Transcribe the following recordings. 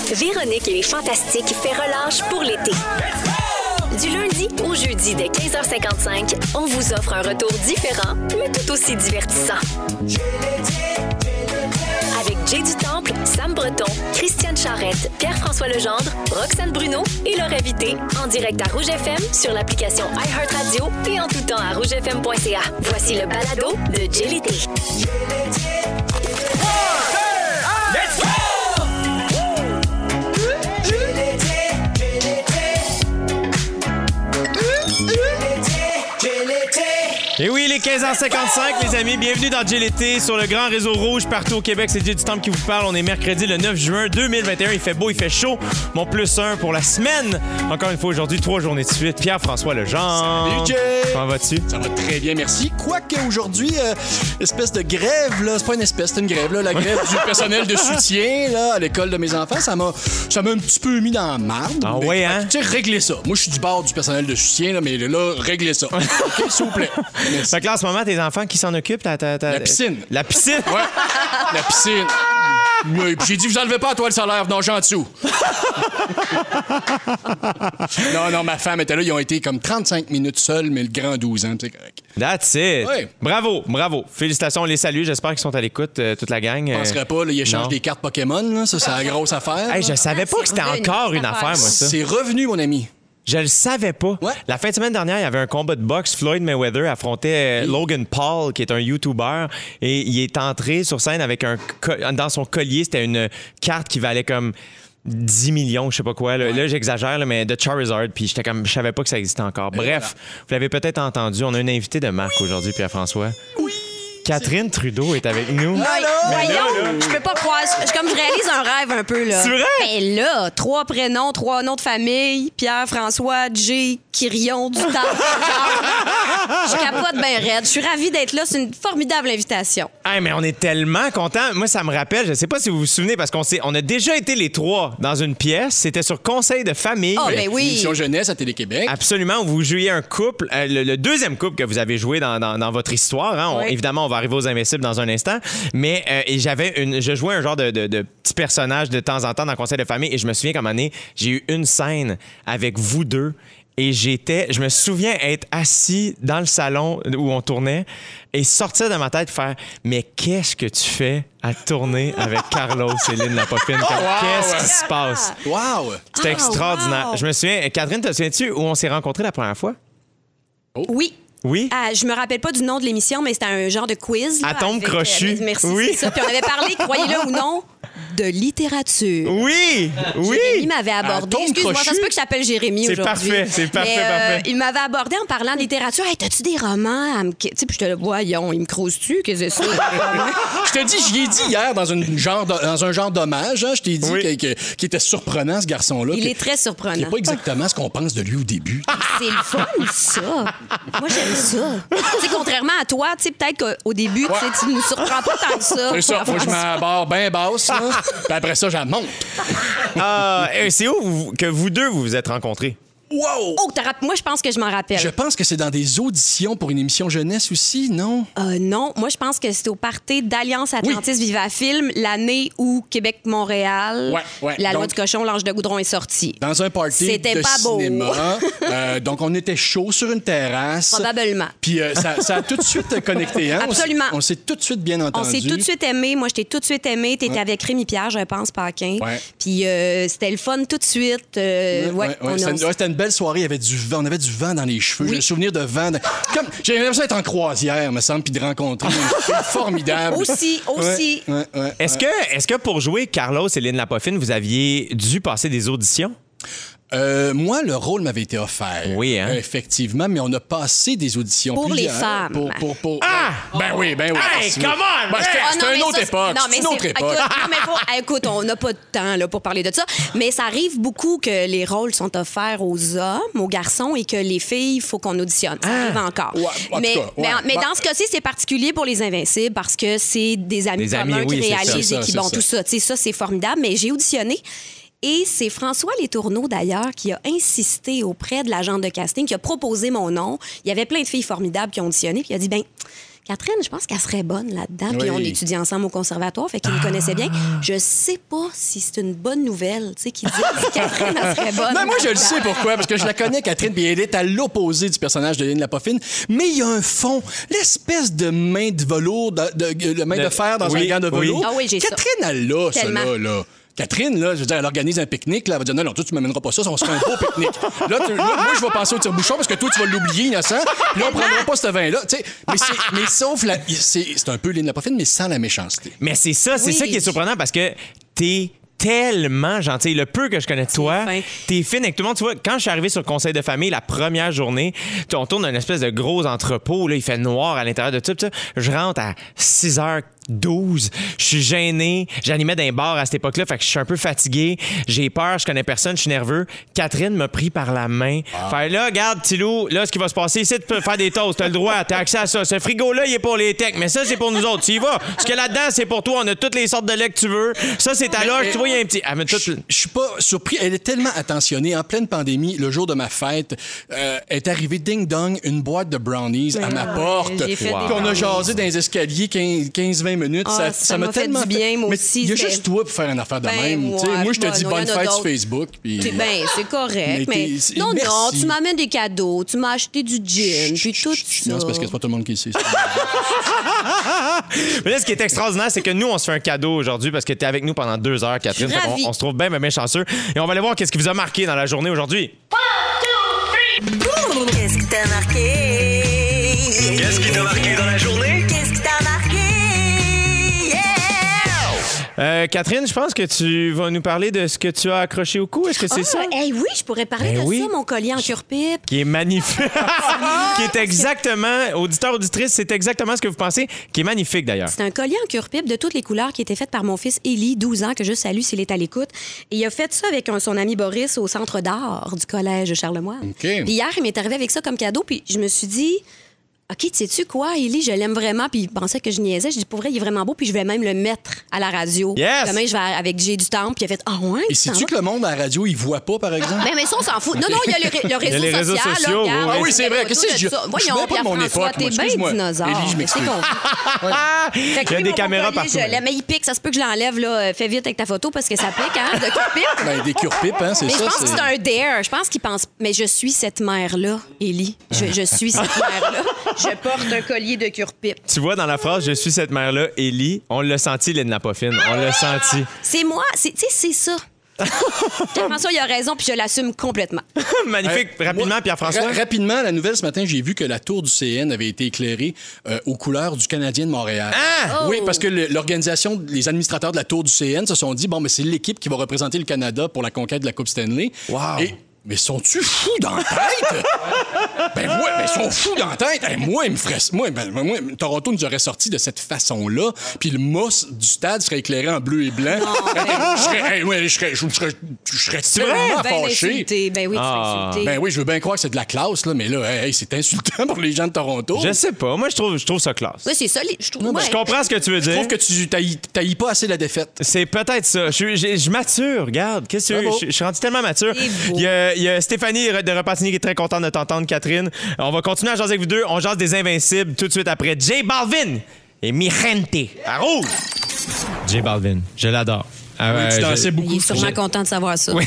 Véronique et les Fantastiques fait relâche pour l'été. Du lundi au jeudi dès 15h55, on vous offre un retour différent, mais tout aussi divertissant. Avec Jay du Temple, Sam Breton, Christiane Charrette, Pierre-François Legendre, Roxane Bruno et leur invité en direct à Rouge FM sur l'application iHeartRadio et en tout temps à rougefm.ca. Voici le balado de Jay l'été. Et oui, les 15h55, les amis, bienvenue dans Jay l'été sur le grand réseau rouge partout au Québec. C'est Jay du Temple qui vous parle. On est mercredi le 9 juin 2021. Il fait beau, il fait chaud. Mon +1 pour la semaine. Encore une fois aujourd'hui, 3 journées de suite. Pierre-François Legendre. Salut Jay! Comment vas-tu? Ça va très bien, merci. Quoique aujourd'hui, espèce de grève, là, c'est pas une espèce, c'est une grève, là, la grève du personnel de soutien là, à l'école de mes enfants, ça m'a un petit peu mis dans la marde. Ah ouais, hein? Tu sais, réglez ça. Moi, je suis du bord du personnel de soutien, là, mais là, réglez ça. OK, s'il vous plaît. Merci. Fait que là, en ce moment, tes enfants, qui s'en occupent? La piscine. La piscine? Ouais, la piscine. Oui, puis j'ai dit, vous enlevez pas à toi le salaire, non, j'en dessous. Non, ma femme était là, ils ont été comme 35 minutes seuls, mais le grand 12 ans, c'est correct. That's it. Oui. Bravo. Félicitations, on les salue. J'espère qu'ils sont à l'écoute, toute la gang. Je penserais pas, là, ils échangent des cartes Pokémon, là, ça, c'est la grosse affaire. Hey, je savais pas que c'était encore une affaire, moi, ça. C'est revenu, mon ami. Je le savais pas. Ouais. La fin de semaine dernière, il y avait un combat de boxe. Floyd Mayweather affrontait Logan Paul, qui est un YouTuber, et il est entré sur scène avec dans son collier, c'était une carte qui valait comme 10 millions, je sais pas quoi. Là, j'exagère, là, mais de Charizard, puis j'étais comme, je savais pas que ça existait encore. Bref, vous l'avez peut-être entendu, on a une invitée de marque aujourd'hui, Pierre-François. Oui. Catherine Trudeau est avec nous. Voyons, je peux pas croire. Comme je réalise un rêve un peu, là. C'est vrai? Mais là, 3 prénoms, 3 noms de famille, Pierre, François, Jay, Quirion, du temps. Je capote bien raide. Je suis ravie d'être là. C'est une formidable invitation. Hey, mais on est tellement contents. Moi, ça me rappelle, je sais pas si vous vous souvenez, parce on a déjà été les 3 dans une pièce. C'était sur conseil de famille. Oh, ben oui. Émission jeunesse à Télé-Québec. Absolument. Vous jouiez un couple. Le deuxième couple que vous avez joué dans votre histoire. Hein. Oui. Évidemment, on va arriver aux Invincibles dans un instant. Mais et je jouais un genre de petit personnage de temps en temps dans conseil de famille. Et je me souviens qu'à un moment donné, j'ai eu une scène avec vous deux. Et je me souviens être assis dans le salon où on tournait et sortir de ma tête faire « Mais qu'est-ce que tu fais à tourner avec Carlos et Lynn Lapopine? Qu'est-ce qui se passe? » Wow! C'était extraordinaire. Wow. Je me souviens... Catherine, te souviens-tu où on s'est rencontrés la première fois? Oui. Oui? Je me rappelle pas du nom de l'émission, mais c'était un genre de quiz. Là, Atome avec, crochu. Merci, Oui. c'est ça. Puis on avait parlé, croyez-le ou non, de littérature. Oui! Jérémy m'avait abordé. Atome Excuse-moi, crochu? ça se peut que je t'appelle Jérémy C'est aujourd'hui. parfait, c'est parfait, Mais, parfait. Il m'avait abordé en parlant de littérature. Hey, t'as-tu des romans? Tu sais, puis je te le voyons, il me crouse-tu? Qu'est-ce que c'est ça? Je te dis, j'y ai dit hier dans un genre d'hommage, hein, je t'ai dit Oui. qu'il était surprenant, ce garçon-là. Il est très surprenant. C'est pas exactement ce qu'on pense de lui au début. C'est le fun, ça. Moi, j'aime ça. Tu sais, contrairement à toi, tu sais, peut-être qu'au début, tu nous surprends pas tant que ça. C'est ça, faut que je m'abarre bien basse, là. Puis après ça, j'en monte. C'est où que vous deux vous êtes rencontrés? Wow! Oh, moi, je pense que je m'en rappelle. Je pense que c'est dans des auditions pour une émission jeunesse aussi, non? Non, moi, je pense que c'était au party d'Alliance Atlantis Viva Film, l'année où Québec-Montréal, Ouais. La loi Donc, du cochon, l'ange de goudron est sorti. Dans un party C'était de pas beau. cinéma. Donc, on était chaud sur une terrasse. Probablement. Puis ça a tout de suite connecté, hein? Absolument. On s'est tout de suite bien On entendu. s'est tout de suite aimé. Moi, je t'ai tout de suite aimé. T'étais avec Rémi Pierre, je pense, Paquin. Ouais. Puis c'était le fun tout de suite. C'était une belle soirée. Il y avait on avait du vent dans les cheveux. J'ai le souvenir de vent. Comme j'ai l'impression d'être en croisière, me semble, puis de rencontrer une fille formidable. Aussi. Ouais. Est-ce que pour jouer Carlos et Lynn Lapopine, vous aviez dû passer des auditions? Moi, le rôle m'avait été offert. Oui, hein? Effectivement, mais on a passé des auditions. Pour plusieurs, les femmes. Ben oui. Hey, come on! Ben, c'était une autre époque. C'est une autre époque. Écoute, on n'a pas de temps là, pour parler de ça, mais ça arrive beaucoup que les rôles sont offerts aux hommes, aux garçons, et que les filles, il faut qu'on auditionne. Ça arrive encore. Ouais, en tout cas, mais dans ce cas-ci, c'est particulier pour les Invincibles parce que c'est des amis Des amis, communs oui, qui c'est réalisent ça, et qui, c'est bon, ça. tout ça. Tu sais, ça, c'est formidable, mais j'ai auditionné. Et c'est François Letourneau, d'ailleurs, qui a insisté auprès de l'agente de casting, qui a proposé mon nom. Il y avait plein de filles formidables qui ont auditionné, puis il a dit, Catherine, je pense qu'elle serait bonne là-dedans. Oui. Puis on étudie ensemble au conservatoire, fait qu'il me connaissait bien. Je sais pas si c'est une bonne nouvelle, tu sais, qu'ils disent que Catherine, elle serait bonne. Ben, moi, je le là-dedans. sais pourquoi. Parce que je la connais, Catherine, puis elle est à l'opposé du personnage de Lynn Lapoffine. Mais il y a un fond, l'espèce de main de velours, de main de fer dans un gant de velours. Ah oui, j'ai ça. Catherine, elle l'a, ça, Tellement. là. Catherine, là, je veux dire, elle organise un pique-nique, là, elle va dire non, toi, tu m'amèneras pas ça, on se fait un beau pique-nique. Là, moi, je vais penser au tire-bouchon parce que toi, tu vas l'oublier, innocent. Puis là, on prendra pas ce vin-là. Tu sais, mais sauf c'est un peu Lynn Lapoffine, mais sans la méchanceté. Mais c'est ça Oui. qui est surprenant parce que t'es tellement gentil. Le peu que je connais de toi, fin. t'es fine avec tout le monde. Tu vois, quand je suis arrivé sur le conseil de famille la première journée, on tourne dans une espèce de gros entrepôt, là, il fait noir à l'intérieur de tout ça. Je rentre à 6h12. Je suis gêné. J'animais d'un bar à cette époque-là, fait que je suis un peu fatigué. J'ai peur, je connais personne, je suis nerveux. Catherine m'a pris par la main. Fait là, regarde, Tilou, là, ce qui va se passer ici, tu peux faire des toasts, t'as le droit, t'as accès à ça. Ce frigo-là, il est pour les techs, mais ça, c'est pour nous autres. Tu y vas. Ce qu'il y a là-dedans, c'est pour toi. On a toutes les sortes de lait que tu veux. Ça, c'est ta loge. Tu vois, il y a un petit. Elle met tout. Je suis pas surpris. Elle est tellement attentionnée. En pleine pandémie, le jour de ma fête, est arrivée ding-dong, une boîte de brownies à ma porte. j'ai fait des Puis on a brownies. jasé dans les escaliers 15-20 minutes. Ah, ça m'a fait tellement du bien, moi Mais aussi, il y a c'était- juste toi pour faire une affaire de Ben, même. ouais, Tu sais, moi, je te bon, dis non, bonne y en a fête sur d'autres. Facebook. Puis... C'est correct, mais t'es- non, merci. tu m'amènes des cadeaux, tu m'as acheté du gin, puis tout ça. Non, c'est parce que c'est pas tout le monde qui le sait. Mais là, ce qui est extraordinaire, c'est que nous, on se fait un cadeau aujourd'hui parce que t'es avec nous pendant 2 heures, Catherine. Je suis Fait qu'on- ravie. on se trouve bien, bien chanceux. Et on va aller voir qu'est-ce qui vous a marqué dans la journée aujourd'hui. Qu'est-ce qui t'a marqué? Qu'est-ce qui t'a marqué dans la journée? Qu'est-ce qui t'a marqué? Yeah! Catherine, je pense que tu vas nous parler de ce que tu as accroché au cou. Est-ce que c'est ça? Oui, je pourrais parler Ben de oui. ça, mon collier en cure-pipe. Qui est magnifique. Qui est exactement, auditeur, auditrice, c'est exactement ce que vous pensez. Qui est magnifique d'ailleurs. C'est un collier en cure-pipe de toutes les couleurs qui était fait par mon fils Élie, 12 ans, que je salue s'il est à l'écoute. Et il a fait ça avec son ami Boris au centre d'art du collège Charlemagne. OK. Puis hier, il m'est arrivé avec ça comme cadeau, puis je me suis dit... OK, tu sais-tu quoi, Élie, je l'aime vraiment, puis il pensait que je niaisais. Je dis, pour vrai, il est vraiment beau, puis je vais même le mettre à la radio. Yes! Demain, je vais avec Jay du Temple, puis il a fait, ah ouais? Et tu t'en sais-tu vas? que le monde à la radio, il voit pas, par exemple? Mais ça, on s'en fout. Non, il y a le réseau les réseaux social. sociaux, là, regarde, oui, Ah oui, c'est vrai. des Qu'est-ce que photos je... de ça. je suis Voyons, même pas de mon Pierre-François, époque, moi. t'es bien Excuse-moi. dinosaure. Élie, je C'est m'excuse. confus. Fait que Il y a lui, des mon caméras collier, partout. Je l'aime. Mais il pique, ça se peut que je l'enlève, là. Fais vite avec ta photo parce que ça pique, hein, de cure-pipe. Ben, des cure-pipes, hein, c'est Mais ça. je pense que c'est un dare. Je pense qu'il pense. Mais je suis cette mère-là, Élie. Je suis cette mère-là. Je porte un collier de cure-pipe. Tu vois, dans la phrase « Je suis cette mère-là, Élie », on l'a senti, Lynn Lapoffine. On l'a senti. C'est moi. Tu sais, c'est ça. Pierre-François, il a raison, puis je l'assume complètement. Magnifique. Rapidement, Moi, Pierre-François. Rapidement, la nouvelle ce matin, j'ai vu que la tour du CN avait été éclairée aux couleurs du Canadien de Montréal. Ah! Oui, parce que l'organisation, les administrateurs de la tour du CN se sont dit, bon, mais c'est l'équipe qui va représenter le Canada pour la conquête de la Coupe Stanley. Wow. Mais sont-tu fous dans la tête? Ben ouais, mais ils sont fous dans la tête. Hey, moi, il me ferait... Moi, Toronto nous aurait sorti de cette façon-là, puis le mousse du stade serait éclairé en bleu et blanc. Je serais tellement Ben fâché. insulté. Ben oui, tu Ah. serais insulté. Ben oui, je veux bien croire que c'est de la classe, là, mais là, hey, c'est insultant pour les gens de Toronto. Je sais pas. Moi, je trouve ça classe. Oui, c'est ça. Je trouve. Je comprends ce que tu veux Je dire. trouve que tu taillis pas assez la défaite. C'est peut-être ça. Je mature, regarde. Qu'est-ce que tu veux? Bravo. Je suis rendu tellement mature. C'est beau. Il y a Stéphanie de Repentigny qui est très contente de t'entendre, Catherine. On va continuer à jaser avec vous deux. On jase des Invincibles tout de suite après J Balvin et Mi Gente à Rouge. J Balvin, je l'adore. Tu dansais Il beaucoup. est sûrement content de savoir ça.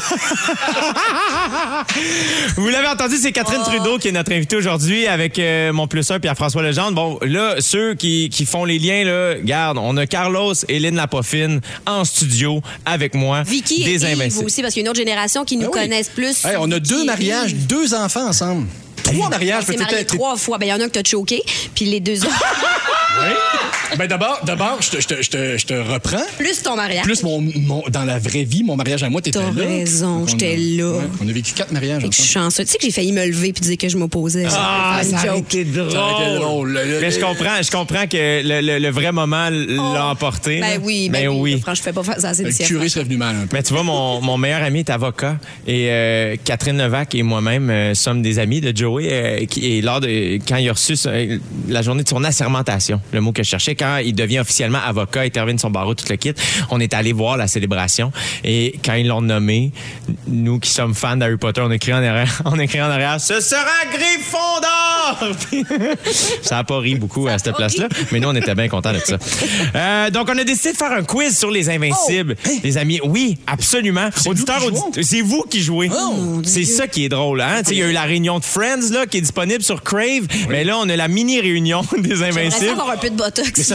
Vous l'avez entendu, c'est Catherine Trudeau qui est notre invitée aujourd'hui avec mon plus 1 Pierre-François Legendre. Bon, là, ceux qui font les liens, là, regarde, on a Carlos et Lynn Lapoffine en studio avec moi. Vicky des et Yves Invincibles. aussi, parce qu'il y a une autre génération qui nous Ben oui. connaissent plus. Hey, on a Vicky 2 et mariages, Yves. 2 enfants ensemble. 3 mariages. On s'est mariés 3 fois. Ben, il y en a un que t'as choqué, puis les 2 autres, Oui. Ben d'abord, je te reprends. plus ton mariage. Plus dans la vraie vie, mon mariage à moi, t'étais là. T'as raison, Donc, j'étais là. Ouais, on a vécu 4 mariages Fait que je suis ensemble. chanceux. Tu sais que j'ai failli me lever puis dire que je m'opposais. Ah, C'est ça une aurait joke. été drôle. Ça aurait été drôle. Mais je comprends que le vrai moment l'a emporté. Ben là. oui, ben oui. Franchement, je fais pas faire ça à Le curé serait venu mal un peu. Mais tu vois, mon meilleur ami est avocat et Catherine Levac et moi-même sommes des amis de Joey et lors de quand il a reçu la journée de son assermentation, le mot que je cherchais, quand il devient officiellement avocat, il termine son barreau, tout le kit, on est allé voir la célébration. Et quand ils l'ont nommé, nous qui sommes fans d'Harry Potter, on écrit en arrière, ce sera Gryffondor! Ça n'a pas ri beaucoup à cette place-là, mais nous, on était bien contents de ça. Donc, on a décidé de faire un quiz sur les Invincibles. Les amis, oui, absolument. Auditeurs, c'est vous qui jouez. C'est ça qui est drôle. Hein? Il y a eu la réunion de Friends là, qui est disponible sur Crave, mais là, on a la mini-réunion des Invincibles. J'aimerais avoir un peu de botox. Juste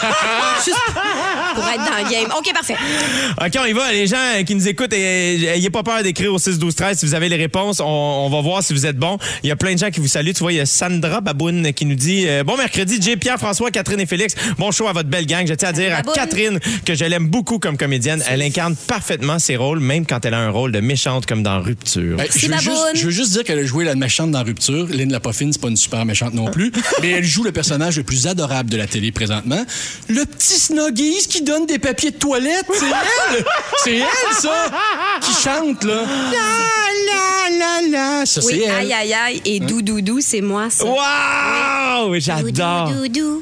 pour être dans le game. OK, parfait. OK, on y va. Les gens qui nous écoutent, ayez pas peur d'écrire au 6-12-13 si vous avez les réponses. On va voir si vous êtes bons. Il y a plein de gens qui vous saluent. Tu vois, il y a Sandra Baboune qui nous dit bon mercredi, Jay, Pierre, François, Catherine et Félix. Bon show à votre belle gang. Je tiens à dire à Catherine que je l'aime beaucoup comme comédienne. Elle incarne parfaitement ses rôles, même quand elle a un rôle de méchante comme dans Rupture. Je veux juste dire qu'elle a joué la méchante dans Rupture. Lynn Lapoffine, c'est pas une super méchante non plus, mais elle joue le personnage le plus adorable de la télé présentement. Le petit Snuggies qui donne des papiers de toilette, c'est elle! C'est elle, ça! Qui chante, là. La. Ça, Oui, c'est elle. aïe, aïe, aïe. Et doudou, c'est moi, ça. Wow! J'adore! Doudou,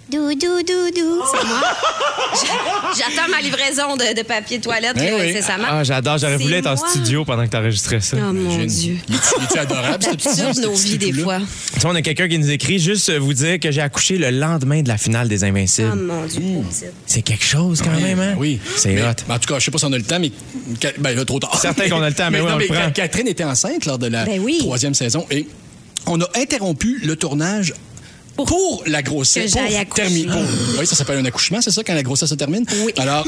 c'est moi. J'attends ma livraison de papier de toilette incessamment. Ah, j'adore. J'aurais voulu C'est être en moi. studio pendant que t'enregistrais ça. Oh mon Dieu. Il est adorable, ce petit Absurde nos vies, des fois. Tu vois, on a quelqu'un qui nous écrit juste vous dire que j'ai accouché le lendemain de la finale des Invincibles. Oh mon Dieu, petite. C'est quelque chose quand même, hein? Oui. C'est hot. En tout cas, je sais pas si on a le temps, mais là, trop tard. Certain qu'on a le temps, mais oui, on le prend. Catherine était enceinte lors de la Ben oui. 3e saison et on a interrompu le tournage pour la grossesse. Que j'aille accoucher. Oui, ça s'appelle un accouchement, c'est ça, quand la grossesse se termine? Oui. Alors,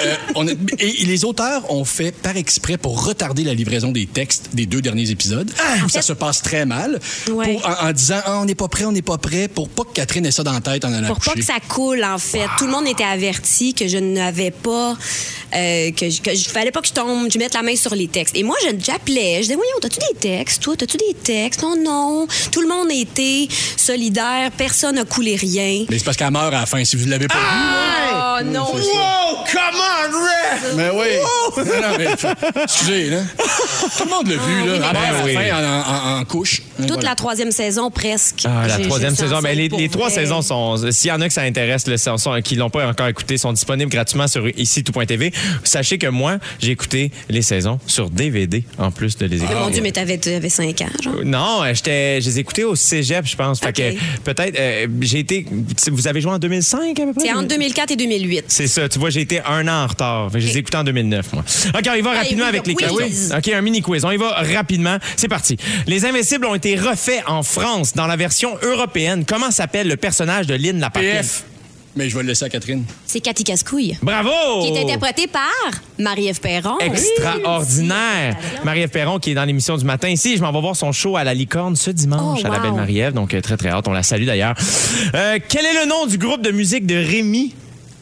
et les auteurs ont fait par exprès pour retarder la livraison des textes des 2 derniers épisodes, où ça se passe très mal, Ouais. en disant on n'est pas prêt, pour pas que Catherine ait ça dans la tête en allant Pour pas accoucher. que ça coule, en fait. Tout le monde était averti que je n'avais pas... que je fallait pas que je mette la main sur les textes. Et moi, j'appelais. Je disais, voyons, t'as-tu des textes? Toi, t'as-tu des textes? Non. Tout le monde était solidaire. Personne n'a coulé rien. Mais c'est parce qu'elle meurt à la fin, si vous ne l'avez pas vu. Oh non! Wow! Come on, Red! Mais oui. Non, mais, excusez, là. Tout le monde l'a vu, là. oui, À mais la fin, en couche. Toute la 3e saison, presque. Ah, la J'ai 3e saison. senti Mais les pour 3 vrai. saisons sont. S'il y en a que ça intéresse, qui l'ont pas encore écouté, sont disponibles gratuitement sur ici tout.tv. Sachez que moi, j'ai écouté les saisons sur DVD en plus de les écouter. Mais mon Dieu, mais t'avais 5 ans, genre. Non, je les ai écoutés au cégep, je pense. Fait OK. que peut-être, j'ai été. Vous avez joué en 2005 à peu près? C'est entre 2004 et 2008. C'est ça. Tu vois, j'ai été 1 an en retard. Fait que je les ai écoutés en 2009, moi. OK, on y va rapidement oui, avec les le questions. quiz. OK, un mini quiz. On y va rapidement. C'est parti. Les Invincibles ont été refaits en France dans la version européenne. Comment s'appelle le personnage de Lynn Lapoffine? PF. Mais je vais le laisser à Catherine. C'est Cathy Cascouille. Bravo! Qui est interprétée par Marie-Ève Perron. Extraordinaire. Marie-Ève Perron qui est dans l'émission du matin ici. Je m'en vais voir son show à la Licorne ce dimanche Oh, à la wow. belle Marie-Ève. Donc, très, très hâte. On la salue d'ailleurs. Quel est le nom du groupe de musique de Rémi?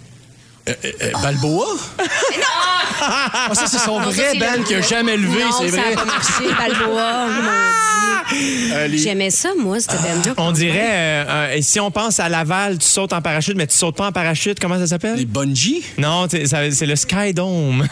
Balboa? Ah, ça, c'est son vrai c'est band le- qui a jamais levé, Non, c'est ça vrai. n'a pas marché, Balboa, mon Dieu. J'aimais ça, moi, cette band-là. On dirait, si on pense à Laval, tu sautes en parachute, mais tu sautes pas en parachute. Comment ça s'appelle? Les bungees? Non, c'est le Sky Dome.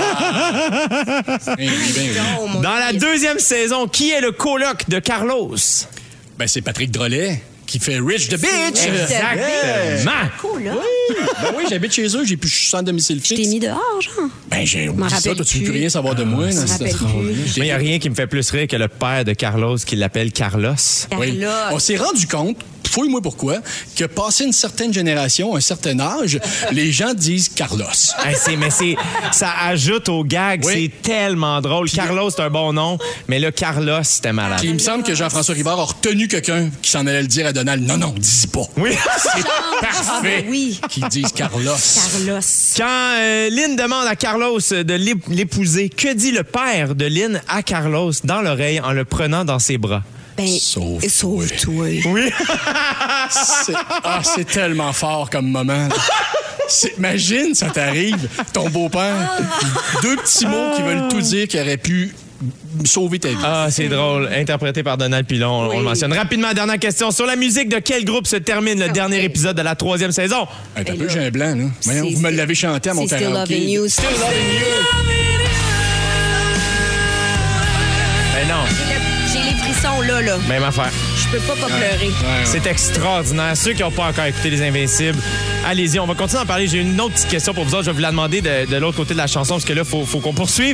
Oh, mon Dans la Dieu. 2e saison, qui est le coloc de Carlos? Ben, c'est Patrick Drolet qui fait Rich the Bitch. Exactement. Cool, là. Ben oui, j'habite chez eux, je suis sans domicile Je t'ai fixe. mis dehors, genre. Ben, j'ai m'en oublié ça, rappelle toi, tu veux plus plus. rien savoir de moi. Je dans me cette rappelle affaire-là. plus. Mais il n'y a rien qui me fait plus rire que le père de Carlos qui l'appelle Carlos. Oui. Carlos. On s'est rendu compte, fouille-moi pourquoi, que passé une certaine génération, un certain âge, les gens disent Carlos. Hey, ça ajoute au gag. Oui. C'est tellement drôle. Carlos, c'est un bon nom, mais là, Carlos, c'était malade. Puis il me semble que Jean-François Rivard a retenu quelqu'un qui s'en allait le dire à Donald. Non, dis pas. Oui. C'est Ah, parfait ben oui. qu'ils disent Carlos. Carlos. Quand Lynn demande à Carlos de l'épouser, que dit le père de Lynn à Carlos dans l'oreille en le prenant dans ses bras? Ben, Sauve-toi. sauve-toi. Oui. C'est tellement fort comme moment. là. Imagine, ça t'arrive, ton beau-père, 2 petits mots qui veulent tout dire qui auraient pu sauver ta vie. Ah, c'est drôle. Interprété par Donald Pilon. On le mentionne. Rapidement, dernière question. Sur la musique de quel groupe se termine le dernier épisode de la 3e saison? Hey, t'as peu, j'ai un blanc, là. Voyons, vous me l'avez chanté à mon C'est Still karaoké. Loving You. Still Loving You. Ben non. J'ai les frissons là. Même affaire. Je suis peux pas pleurer. C'est extraordinaire. Ceux qui n'ont pas encore écouté Les Invincibles, allez-y, on va continuer à en parler. J'ai une autre petite question pour vous autres. Je vais vous la demander de l'autre côté de la chanson parce que là, faut qu'on poursuive.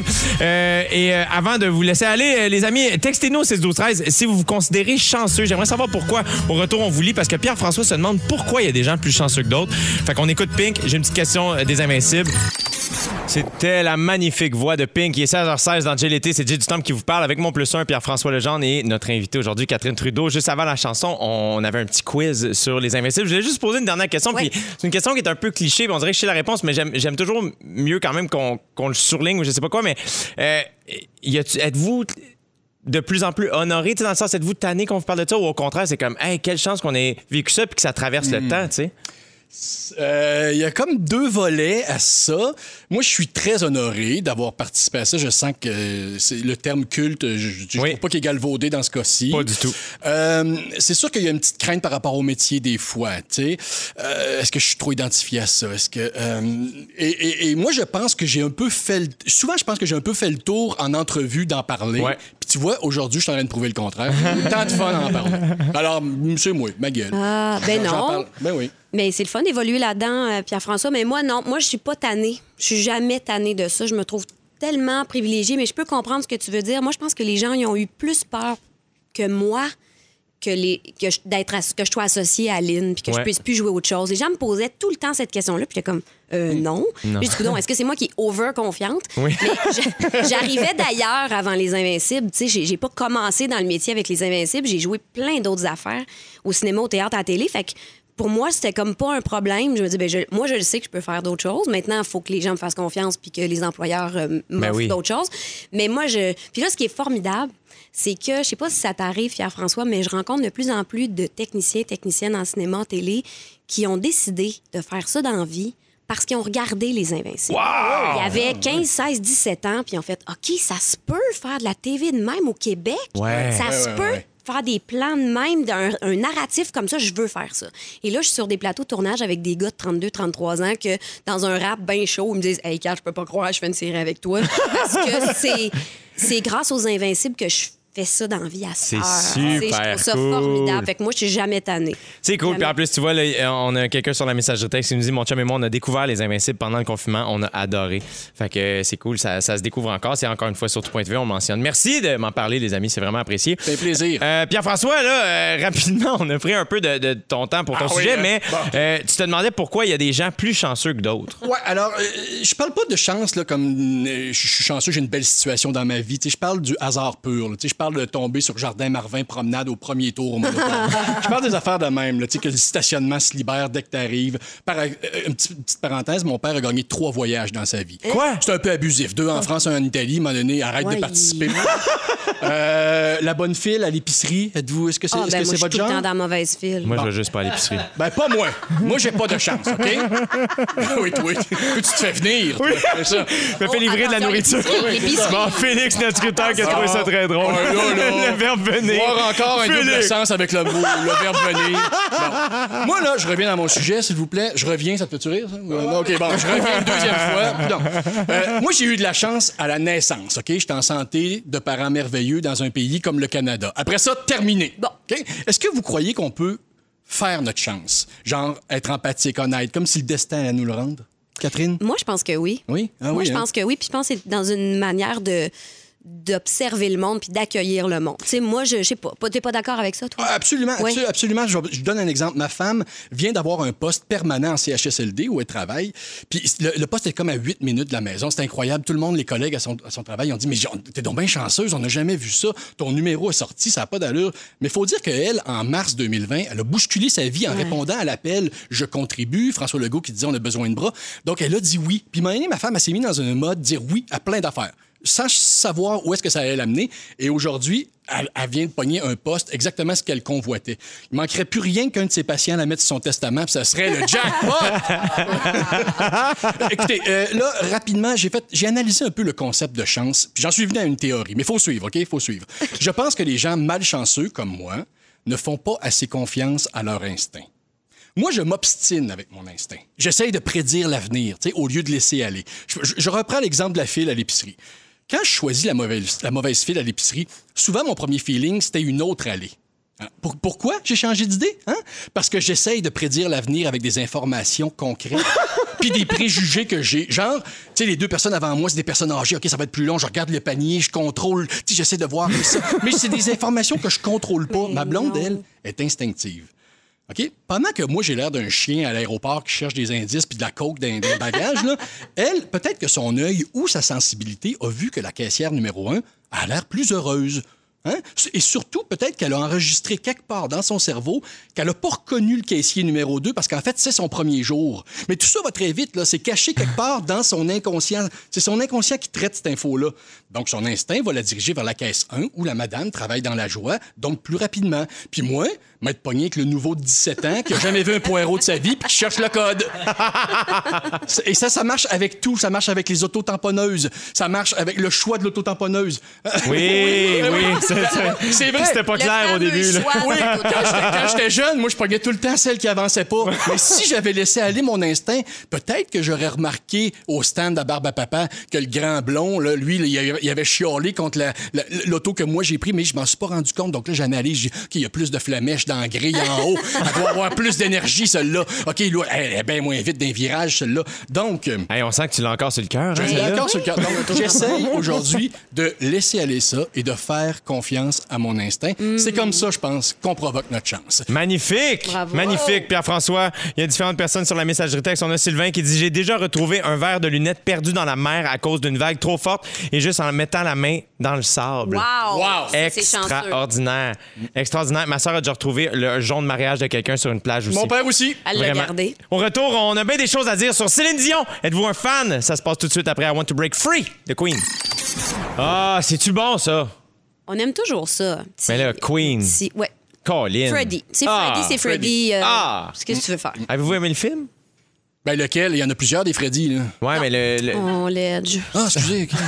Avant de vous laisser aller, les amis, textez-nous au 6-12-13 si vous vous considérez chanceux. J'aimerais savoir pourquoi. Au retour, on vous lit parce que Pierre-François se demande pourquoi il y a des gens plus chanceux que d'autres. Fait qu'on écoute Pink. J'ai une petite question des Invincibles. C'était la magnifique voix de Pink. Il est 16h16 dans JLT. C'est Jay Dutemps qui vous parle avec mon +1, Pierre-François Legendre et notre invité aujourd'hui, Catherine Trudeau. Juste avant la chanson, on avait un petit quiz sur les Invincibles. Je voulais juste poser une dernière question. Oui. Puis c'est une question qui est un peu cliché. On dirait que je sais la réponse, mais j'aime toujours mieux quand même qu'on le surligne ou je sais pas quoi. Mais êtes-vous de plus en plus honoré, dans le sens, êtes-vous tanné qu'on vous parle de ça ou au contraire, c'est comme, hey, quelle chance qu'on ait vécu ça puis que ça traverse le temps, tu sais? Il y a comme deux volets à ça. Moi, je suis très honoré d'avoir participé à ça. Je sens que c'est le terme culte, je trouve pas qu'il est galvaudé dans ce cas-ci. Pas du tout. C'est sûr qu'il y a une petite crainte par rapport au métier des fois. Est-ce que je suis trop identifié à ça? Est-ce que et moi, je pense que j'ai un peu fait souvent, je pense que j'ai un peu fait le tour en entrevue d'en parler. Ouais. Puis tu vois, aujourd'hui, je suis en train de prouver le contraire. Tant de fun à en parler. Alors, c'est moi, ma gueule. Ah, ben J'en non. parle. Ben oui. Mais c'est le fun d'évoluer là-dedans, Pierre-François. Mais moi, non. Moi, je suis pas tannée. Je suis jamais tannée de ça. Je me trouve tellement privilégiée. Mais je peux comprendre ce que tu veux dire. Moi, je pense que les gens, ils ont eu plus peur que moi que je sois associée à Lynn puis que je puisse plus jouer autre chose. Les gens me posaient tout le temps cette question-là. Puis j'étais comme, non. Puis je dis, est-ce que c'est moi qui est over-confiante? Oui. Mais j'arrivais d'ailleurs avant Les Invincibles. Tu sais, j'ai pas commencé dans le métier avec Les Invincibles. J'ai joué plein d'autres affaires au cinéma, au théâtre, à la télé. Fait que pour moi, c'était comme pas un problème. Je me dis, moi, je le sais que je peux faire d'autres choses. Maintenant, il faut que les gens me fassent confiance puis que les employeurs m'offrent d'autres choses. Mais moi, Puis là, ce qui est formidable, c'est que, je sais pas si ça t'arrive, Pierre-François, mais je rencontre de plus en plus de techniciennes en cinéma, en télé, qui ont décidé de faire ça dans la vie parce qu'ils ont regardé Les Invincibles. Wow! Ils avaient 15, 16, 17 ans, puis ils ont fait, OK, ça se peut faire de la TV de même au Québec. Ouais. Ça se peut faire des plans de même, un narratif comme ça, je veux faire ça. Et là, je suis sur des plateaux de tournage avec des gars de 32, 33 ans que, dans un rap bien chaud, ils me disent « Hey, Kat, je peux pas croire que je fais une série avec toi. » Parce que c'est grâce aux Invincibles que je fais ça dans la vie à C'est cette super Je trouve ça cool. formidable. Fait que moi, je suis jamais tannée. C'est cool. Jamais. Puis en plus, tu vois, là, on a quelqu'un sur la messagerie texte qui nous dit, mon chum et moi, on a découvert Les Invincibles pendant le confinement. On a adoré. Fait que c'est cool. Ça se découvre encore. C'est encore une fois sur tout.tv, on mentionne. Merci de m'en parler, les amis. C'est vraiment apprécié. C'est un plaisir. Pierre-François, là, rapidement, on a pris un peu de ton temps pour ton sujet, mais tu te demandais pourquoi il y a des gens plus chanceux que d'autres. Ouais, alors, je parle pas de chance, là, comme je suis chanceux, j'ai une belle situation dans ma vie. Je parle du hasard pur. Je parle de tomber sur Jardin Marvin, promenade au premier tour au Monopole. Je parle des affaires de même, là, que le stationnement se libère dès que t'arrives. Une petite parenthèse, mon père a gagné 3 voyages dans sa vie. Quoi? C'est un peu abusif. 2 en France, 1 en Italie. À un moment donné, arrête de participer. La bonne file à l'épicerie, est-ce que c'est moi, votre je suis tout le genre? temps dans la mauvaise file. Moi, je vais juste pas à l'épicerie. Ben, pas moi. Moi, j'ai pas de chance, OK? Oui. Tu te fais venir. Oui, c'est ça. je me fais livrer de la attention, nourriture. l'épicerie. Bon, Félix, notre scripteur, qui a trouvé ça très drôle. Ouais, là. Le verbe venir. Voir encore un double Félix. sens avec le verbe venir. Bon. Moi, là, je reviens dans mon sujet, s'il vous plaît. Je reviens, ça te fait-tu rire, ça? Non, OK, bon, je reviens une deuxième fois. Non. Moi, j'ai eu de la chance à la naissance, OK? J'étais en santé de parents merveilleux dans un pays comme le Canada. Après ça, terminé. Bon. OK? Est-ce que vous croyez qu'on peut faire notre chance? Genre, être empathique, honnête, comme si le destin allait nous le rendre? Catherine? Moi, je pense que oui. Oui? Ah, Moi, oui, je pense que oui. Puis je pense que c'est dans une manière d'observer le monde puis d'accueillir le monde. Tu sais, moi, je sais pas. T'es pas d'accord avec ça, toi? Ah, absolument, Oui. absolument. Je donne un exemple. Ma femme vient d'avoir un poste permanent en CHSLD où elle travaille. Puis le poste est comme à 8 minutes de la maison. C'est incroyable. Tout le monde, les collègues à son travail, ont dit « Mais t'es donc bien chanceuse, on n'a jamais vu ça. Ton numéro est sorti, ça n'a pas d'allure. » Mais il faut dire qu'elle, en mars 2020, elle a bousculé sa vie en répondant à l'appel « Je contribue ». François Legault qui disait « On a besoin de bras ». Donc, elle a dit oui. Puis, ma femme, elle s'est mise dans un mode dire oui à plein d'affaires, sans savoir où est-ce que ça allait l'amener. Et aujourd'hui, elle vient de pogner un poste, exactement ce qu'elle convoitait. Il manquerait plus rien qu'un de ses patients la mette sur son testament, puis ça serait le jackpot! Écoutez, là, rapidement, j'ai analysé un peu le concept de chance, puis j'en suis venu à une théorie. Mais il faut suivre, OK? Il faut suivre. Je pense que les gens malchanceux, comme moi, ne font pas assez confiance à leur instinct. Moi, je m'obstine avec mon instinct. J'essaye de prédire l'avenir, au lieu de laisser aller. Je reprends l'exemple de la file à l'épicerie. Quand je choisis la mauvaise file à l'épicerie, souvent, mon premier feeling, c'était une autre allée. Pourquoi j'ai changé d'idée? Hein? Parce que j'essaye de prédire l'avenir avec des informations concrètes puis des préjugés que j'ai. Genre, tu sais, les deux personnes avant moi, c'est des personnes âgées. OK, ça va être plus long. Je regarde le panier, je contrôle. Tu sais, j'essaie de voir ça. Mais c'est des informations que je contrôle pas. Ma blonde, elle, est instinctive. OK? Pendant que moi, j'ai l'air d'un chien à l'aéroport qui cherche des indices puis de la coke dans les bagages, là, elle, peut-être que son œil ou sa sensibilité a vu que la caissière numéro 1 a l'air plus heureuse. Hein? Et surtout, peut-être qu'elle a enregistré quelque part dans son cerveau qu'elle n'a pas reconnu le caissier numéro 2 parce qu'en fait, c'est son premier jour. Mais tout ça va très vite, là. C'est caché quelque part dans son inconscient. C'est son inconscient qui traite cette info-là. Donc, son instinct va la diriger vers la caisse 1 où la madame travaille dans la joie, donc plus rapidement. Puis moi, m'être pogné avec le nouveau de 17 ans qui n'a jamais vu un poireau de sa vie puis qui cherche le code. Et ça marche avec tout. Ça marche avec les autotamponneuses. Ça marche avec le choix de l'autotamponneuse. Oui. C'est vrai. C'était pas clair au début. Là. Oui, quand j'étais jeune, moi, je pognais tout le temps celle qui avançait pas. Mais si j'avais laissé aller mon instinct, peut-être que j'aurais remarqué au stand à Barbe à Papa que le grand blond, là, lui, il avait chiolé contre l'auto que moi j'ai pris, mais je m'en suis pas rendu compte. Donc là, j'analyse, j'ai dit, OK, il y a plus de flamèches dans la grille en haut. Elle doit avoir plus d'énergie, celle-là. OK, là, elle est bien moins vite d'un virage, celle-là. Donc... Hey, on sent que tu l'as encore sur le cœur. Je l'ai encore sur le cœur. Donc, j'essaye aujourd'hui de laisser aller ça et de faire confiance à mon instinct. C'est comme ça, je pense, qu'on provoque notre chance. Magnifique! Bravo. Magnifique, Pierre-François. Il y a différentes personnes sur la messagerie texte. On a Sylvain qui dit « J'ai déjà retrouvé un verre de lunettes perdu dans la mer à cause d'une vague trop forte et juste en mettant la main dans le sable. » Wow! C'est chanceux. Extraordinaire. Extraordinaire. Ma soeur a déjà retrouvé le jaune de mariage de quelqu'un sur une plage aussi. Mon père aussi. Elle l'a Vraiment. gardé. Au retour, on a bien des choses à dire sur Céline Dion. Êtes-vous un fan? Ça se passe tout de suite après I Want to Break Free de Queen. Ah, c'est-tu bon, ça? On aime toujours ça. Mais là, Queen. Ouais. Colin. Freddy. C'est Freddy. Qu'est-ce que tu veux faire? Avez-vous aimé le film? Ben lequel? Il y en a plusieurs des Freddy, là. Ouais, mais le... Oh, Ledge. Ah, excusez. OK.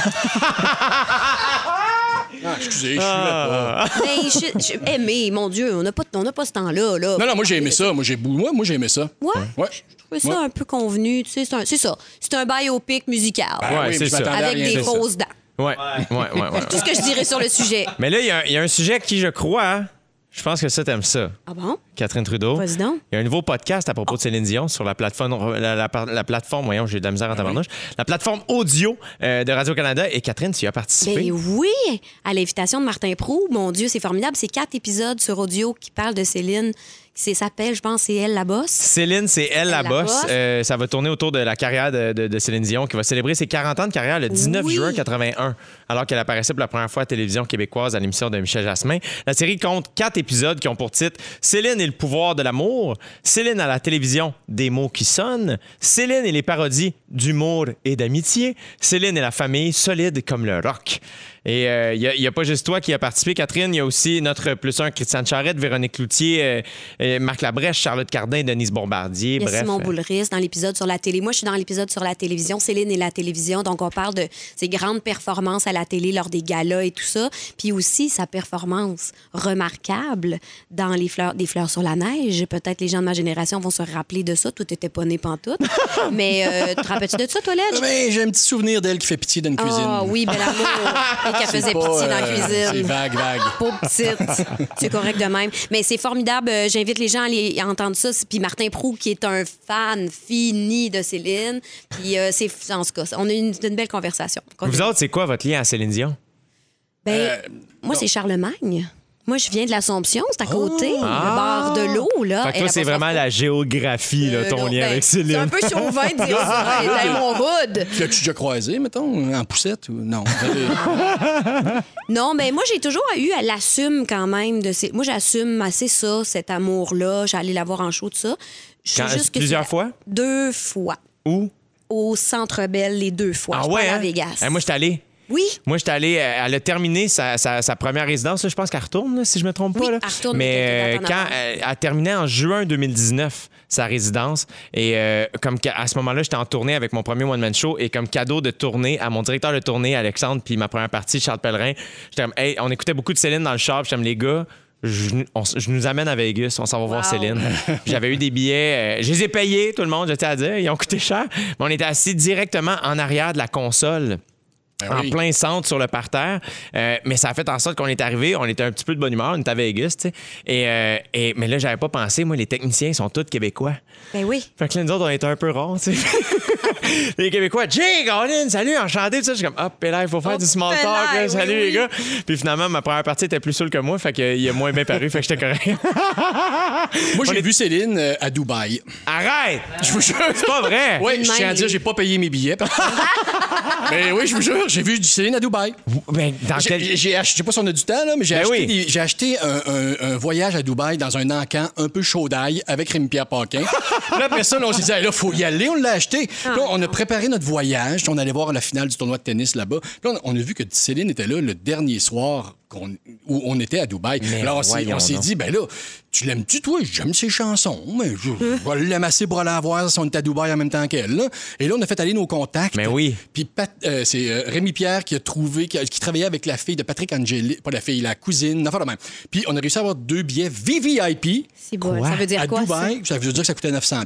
Excusez, je suis là. Mais mais mon Dieu, on n'a pas ce temps-là. Là. Non, moi, j'ai aimé ça. Moi, j'ai aimé ça. Ouais? Ouais. Je trouvais ça un peu convenu. Tu sais, c'est ça. C'est un biopic musical. Ouais, oui, c'est je ça. m'attendais à Avec rien des de ça. fausses dents. Ouais. Tout ce que je dirais sur le sujet. Mais là, il y a un sujet qui, je crois, hein, je pense que ça, t'aimes ça. Ah bon? Catherine Trudeau. Vas-y donc. Il y a un nouveau podcast à propos de Céline Dion sur la plateforme, la plateforme, voyons, j'ai de la misère en tabarnouche, la plateforme audio de Radio-Canada. Et Catherine, tu y as participé. Ben oui, à l'invitation de Martin Proulx. Mon Dieu, c'est formidable. C'est 4 épisodes sur audio qui parlent de Céline. Ça s'appelle, je pense, c'est Elle la bosse. Céline, c'est Elle la bosse. Ça va tourner autour de la carrière de Céline Dion qui va célébrer ses 40 ans de carrière le 19 juin 81, alors qu'elle apparaissait pour la première fois à la télévision québécoise à l'émission de Michel Jasmin. La série compte 4 épisodes qui ont pour titre Céline et le pouvoir de l'amour, Céline à la télévision, des mots qui sonnent, Céline et les parodies d'humour et d'amitié, Céline et la famille solide comme le rock. Et il n'y a pas juste toi qui a participé, Catherine. Il y a aussi notre +1 Christiane Charette, Véronique Cloutier, Marc Labrèche, Charlotte Cardin, Denise Bombardier. Il y a Bref. Simon Boulris dans l'épisode sur la télé. Moi, je suis dans l'épisode sur la télévision. Céline et la télévision. Donc, on parle de ses grandes performances à la télé lors des galas et tout ça. Puis aussi, sa performance remarquable dans des fleurs sur la neige. Peut-être les gens de ma génération vont se rappeler de ça. Tout n'était pas né pantoute. Mais te rappelles-tu de ça, toi, Ledge? Ben, j'ai un petit souvenir d'elle qui fait pitié dans une cuisine. Ah oui, bel amour. Et qu'elle faisait pas, pitié dans la C'est cuisine. vague. Pauvre petite. C'est correct de même. Mais c'est formidable. J'invite les gens à aller entendre ça. Puis Martin Proulx, qui est un fan fini de Céline. Puis c'est en tout cas, on a une belle conversation. Vous autres, c'est quoi votre lien à Céline Dion? Moi, c'est Charlemagne. Moi, je viens de l'Assomption, c'est à côté, le bord de l'eau. Là. Fait que toi, c'est vraiment la géographie, là, ton lien avec Céline. C'est un peu chauvin de dire ça. T'es mon hood. Tu l'as-tu déjà croisé, mettons, en poussette ou non? Non, mais moi, j'ai toujours eu, elle assume quand même. Moi, j'assume assez ça, cet amour-là. J'allais la voir en show, tout ça. Plusieurs fois? 2 fois. Où? Au Centre Bell, les 2 fois. Ah Je ouais, parle hein? à Vegas. Moi, j'étais allé. Oui. Moi, j'étais allé. Elle a terminé sa première résidence. Là, je pense qu'elle retourne, là, si je me trompe pas. Oui, Là. elle retourne Mais quelques dates en quand avant. elle terminait en juin 2019 sa résidence, et à ce moment-là, j'étais en tournée avec mon premier one-man show, et comme cadeau de tournée à mon directeur de tournée, Alexandre, puis ma première partie, Charles Pellerin, j'étais comme, hey, on écoutait beaucoup de Céline dans le char, puis j'aime les gars. Je nous amène à Vegas, on s'en va voir Céline. J'avais eu des billets, je les ai payés, tout le monde, j'étais à dire, ils ont coûté cher, mais on était assis directement en arrière de la console en plein centre sur le parterre. Mais ça a fait en sorte qu'on est arrivé, on était un petit peu de bonne humeur, on était à Vegas, tu sais. Mais là, j'avais pas pensé, moi, les techniciens sont tous québécois. Ben oui. Fait que là, nous autres, on était un peu rares, tu sais. Les Québécois, Jay, Colin, salut, enchanté, tout ça. Je suis comme, hop, et là, il faut faire du small talk, là, salut les gars. Puis finalement, ma première partie était plus saoule que moi, fait qu'il a moins bien paru, fait que j'étais correct. Moi, j'ai vu Céline à Dubaï. Arrête! Je vous jure. C'est pas vrai! Oui, je tiens à dire, j'ai pas payé mes billets. Mais oui, je vous jure, j'ai vu du Céline à Dubaï. Ben, dans quel... Je sais pas si on a du temps, là, mais j'ai acheté un voyage à Dubaï dans un encan un peu chaud d'ail avec Rémi-Pierre Paquin. Puis après ça, là, on s'est dit, là, faut y aller, on l'a acheté. Puis là, on a préparé notre voyage. On allait voir la finale du tournoi de tennis là-bas. Puis là, on a vu que Céline était là le dernier soir où on était à Dubaï. Alors, on s'est dit, ben là, tu l'aimes-tu, toi? J'aime ses chansons, mais je vais l'aimer assez pour aller la voir si on est à Dubaï en même temps qu'elle. Là. Et là, on a fait aller nos contacts. Mais oui. Puis c'est Rémi Pierre qui a trouvé, qui travaillait avec la fille de Patrick Angeli, pas la fille, la cousine, enfin de même. Puis on a réussi à avoir 2 billets VVIP. C'est beau. Ça veut dire quoi? À Dubaï, ça veut dire que ça coûtait 900$.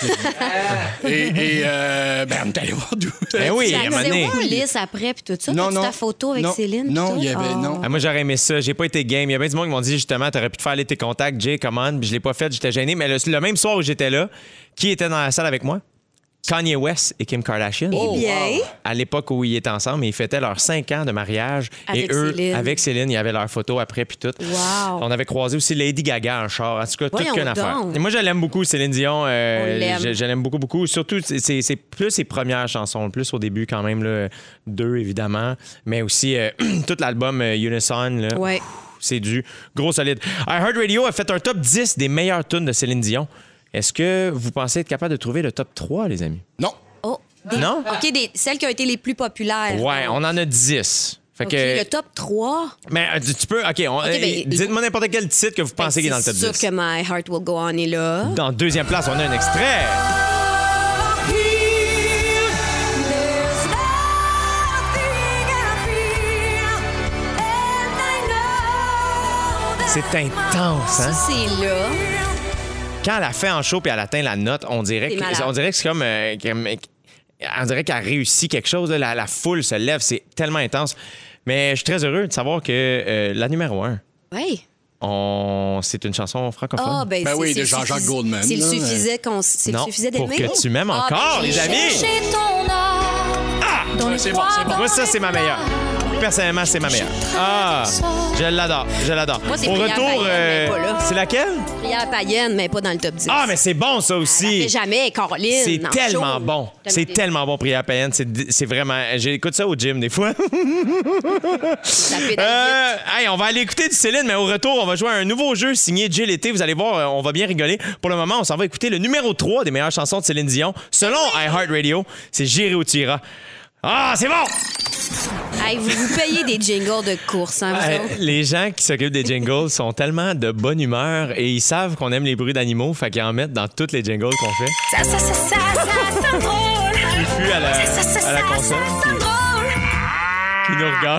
Et on est allé voir Dubaï. Ben oui, à un moment donné. C'est lisse après, puis tout ça. Non, ta photo avec Céline? Non, il y avait. Non. Ah, moi, j'aurais aimé ça. J'ai pas été game. Il y a bien du monde qui m'ont dit justement, t'aurais pu te faire aller tes contacts, Jay, come on. Puis je l'ai pas fait, j'étais gêné. Mais le même soir où j'étais là, qui était dans la salle avec moi? Kanye West et Kim Kardashian. Eh bien. À l'époque où ils étaient ensemble, ils fêtaient leurs 5 ans de mariage. Avec et eux, Céline. avec Céline, il y avait leurs photos après, puis tout. Wow. On avait croisé aussi Lady Gaga en char. En tout cas, toute Voyons qu'une affaire. donc. Et moi, je l'aime beaucoup, Céline Dion. l'aime. Je l'aime beaucoup, beaucoup. Surtout, c'est plus ses premières chansons, plus au début quand même, là, 2 évidemment, mais aussi tout l'album Unison. Là, Ouais. c'est du gros solide. iHeartRadio a fait un top 10 des meilleures tunes de Céline Dion. Est-ce que vous pensez être capable de trouver le top 3, les amis? Non. Oh, Non? OK, celles qui ont été les plus populaires. Ouais, on en a 10. Fait OK, que... le top 3. Mais tu peux... OK, dites-moi n'importe quel titre que vous pensez qui est dans le top 10. C'est sûr que My Heart Will Go On est là. Dans deuxième place, on a un extrait. C'est intense, hein? Ça, c'est là. Quand elle a fait en show puis elle atteint la note, on dirait que c'est comme... on dirait qu'elle réussit quelque chose. Là. La foule se lève, c'est tellement intense. Mais je suis très heureux de savoir que la numéro 1... Oui. C'est une chanson francophone. Ah, ben oui, de Jean-Jacques Goldman. S'il là, suffisait pour d'aimer. que tu m'aimes encore, les amis. c'est bon, c'est bon. Moi, ça, c'est ma meilleure. Personnellement, c'est ma meilleure. Ah, je l'adore, je l'adore. Moi, c'est Au Prière retour, païenne, mais pas là. c'est laquelle? Prière païenne, mais pas dans le top 10. Ah, mais c'est bon, ça aussi. Elle jamais, Caroline. C'est en tellement show. bon. C'est tellement bon, Prière païenne. C'est vraiment... J'écoute ça au gym, des fois. Ça pédale vite. Hey, on va aller écouter du Céline, mais au retour, on va jouer à un nouveau jeu signé Jill L'été. Vous allez voir, on va bien rigoler. Pour le moment, on s'en va écouter le numéro 3 des meilleures chansons de Céline Dion. Selon iHeartRadio, c'est J'irai où tu iras. Ah, c'est bon! Hey, vous payez des jingles de course, hein, vous autres? Les gens qui s'occupent des jingles sont tellement de bonne humeur et ils savent qu'on aime les bruits d'animaux, fait qu'ils en mettent dans toutes les jingles qu'on fait. Ça sonne drôle. Qui fut à la console. Qui nous regarde.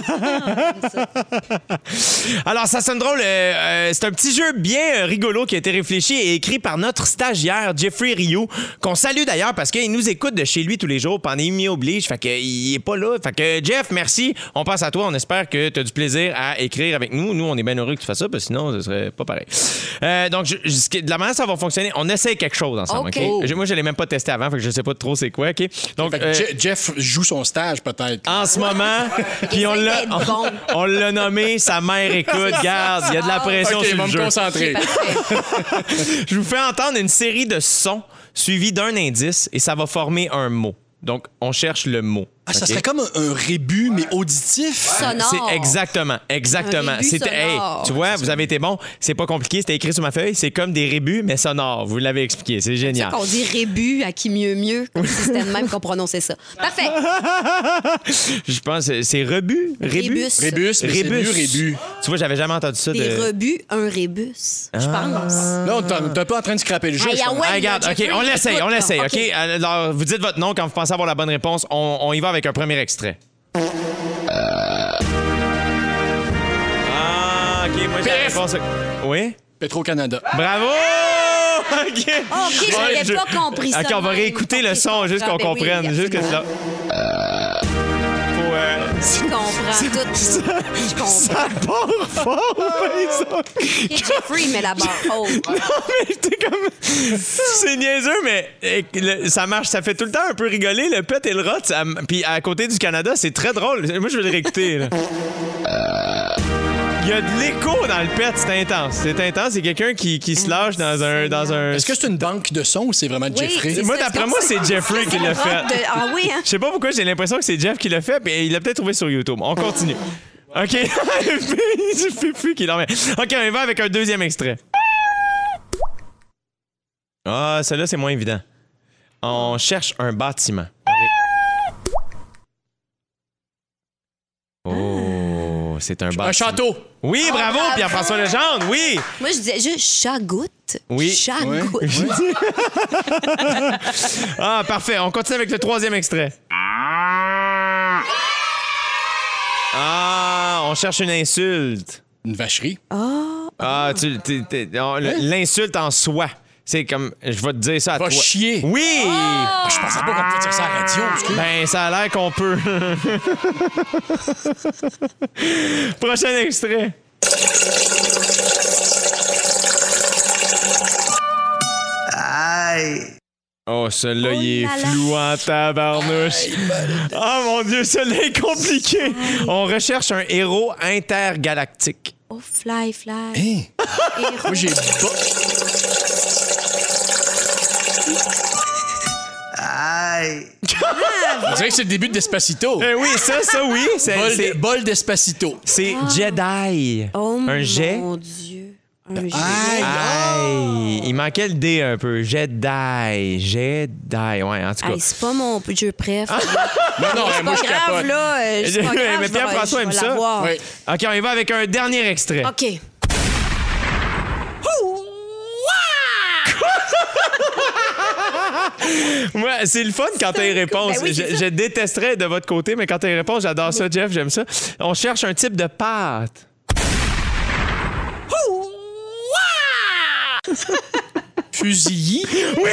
Alors, ça sonne drôle. C'est un petit jeu bien rigolo qui a été réfléchi et écrit par notre stagiaire, Jeffrey Rioux, qu'on salue d'ailleurs parce qu'il nous écoute de chez lui tous les jours. Pandémie oblige, fait qu'il est pas là. Fait que, Jeff, merci. On pense à toi. On espère que tu as du plaisir à écrire avec nous. Nous, on est bien heureux que tu fasses ça, parce que sinon, ce serait pas pareil. Donc, de la manière ça va fonctionner, on essaie quelque chose ensemble. OK. OK? Moi, je l'ai même pas testé avant, fait que je sais pas trop c'est quoi. OK? Donc, Fait que Jeff joue son stage, peut-être. en ce moment, puis on l'a d'être bon. on l'a nommé, sa mère écoute, garde, il y a de la pression OK, sur il va le me jeu. concentrer. Je vous fais entendre une série de sons suivis d'un indice et ça va former un mot. Donc, on cherche le mot. Ah, ça OK? serait comme un rébut, mais auditif. Sonore. C'est exactement. Un rébut sonore. Tu vois, vous avez été bon. C'est pas compliqué, c'était écrit sur ma feuille. C'est comme des rébus, mais sonores. Vous l'avez expliqué. C'est C'est génial. ça qu'on dit rébut à qui mieux, comme si c'était même qu'on prononçait ça. Parfait. Je pense que c'est rebut. Rébus. Rébus, mais c'est mieux rébus. Tu vois, j'avais jamais entendu ça. Des de... rebuts, un rébus, je pense. Là, t'es un peu en train de scraper le jeu. Hey, je pense. ouais, Ah, regarde, là, OK, Jeffrey, on l'essaye, écoute, OK? Alors, vous dites votre nom quand vous pensez avoir la bonne réponse. On y va avec un premier extrait. Ah, OK, moi, j'ai la Pif! réponse. Oui? Petro-Canada. Bravo! OK. OK, j'avais pas compris ça. OK, on va même. réécouter le OK, son, je juste qu'on comprends. Ben oui, comprenne. Juste que absolument. ça. Je comprends tout. Je comprends. Ça part fort, par exemple. Et Jeffrey met la barre haute. Non, mais t'es comme... C'est niaiseux, mais ça marche. Ça fait tout le temps un peu rigoler, le pet et le rot. Puis à côté du Canada, c'est très drôle. Moi, je vais le réécouter, là. Il y a de l'écho dans le pet, c'est intense. C'est intense, c'est quelqu'un qui se lâche dans un... Est-ce que c'est une banque de sons ou c'est vraiment Jeffrey? Moi, d'après moi, c'est Jeffrey qui l'a fait. Ah oui, hein? Je sais pas pourquoi j'ai l'impression que c'est Jeff qui l'a fait, mais il l'a peut-être trouvé sur YouTube. On continue. OK. Je sais plus qui l'en met. OK, on y va avec un deuxième extrait. Ah, celui-là, c'est moins évident. On cherche un bâtiment. Oh, c'est un bâtiment. Un château. Oui, bravo, Pierre-François Legendre, oui. Moi, je disais juste chagoutte. Oui. Chagoutte. Ah, parfait. On continue avec le troisième extrait. Ah, on cherche une insulte. Une vacherie. Ah, l'insulte en soi. C'est comme, je vais te dire ça à Va toi. chier. Oui! Je pensais pas qu'on pouvait dire ça à la radio. Excuse. Ben, ça a l'air qu'on peut. Prochain extrait. Aïe. Oh, celui-là, il est là là. flou en tabarnouche. Oh mon Dieu, celui-là est compliqué. On recherche un héros intergalactique. Oh, fly. Hey. Moi, j'ai Aïe. On dirait que c'est le début de Despacito. Oui, ça, oui. Bol Despacito. C'est Jedi. Oh, un jet. mon Dieu. Un jet. Aïe. Il manquait le D un peu. Jedi. Ouais, en tout cas. Hey, c'est pas mon jeu préf. Non, C'est moi, pas je grave, capote. là. C'est pas grave, Mais Pierre-François je vais aime ça. l'avoir. Oui. OK, on y va avec un dernier extrait. OK. Moi, c'est le fun quand t'as les réponses. Ben oui, c'est ça. Je détesterais de votre côté, mais quand t'as les réponses, j'adore ça, Jeff, j'aime ça. On cherche un type de pâte. Fusilli. Oui!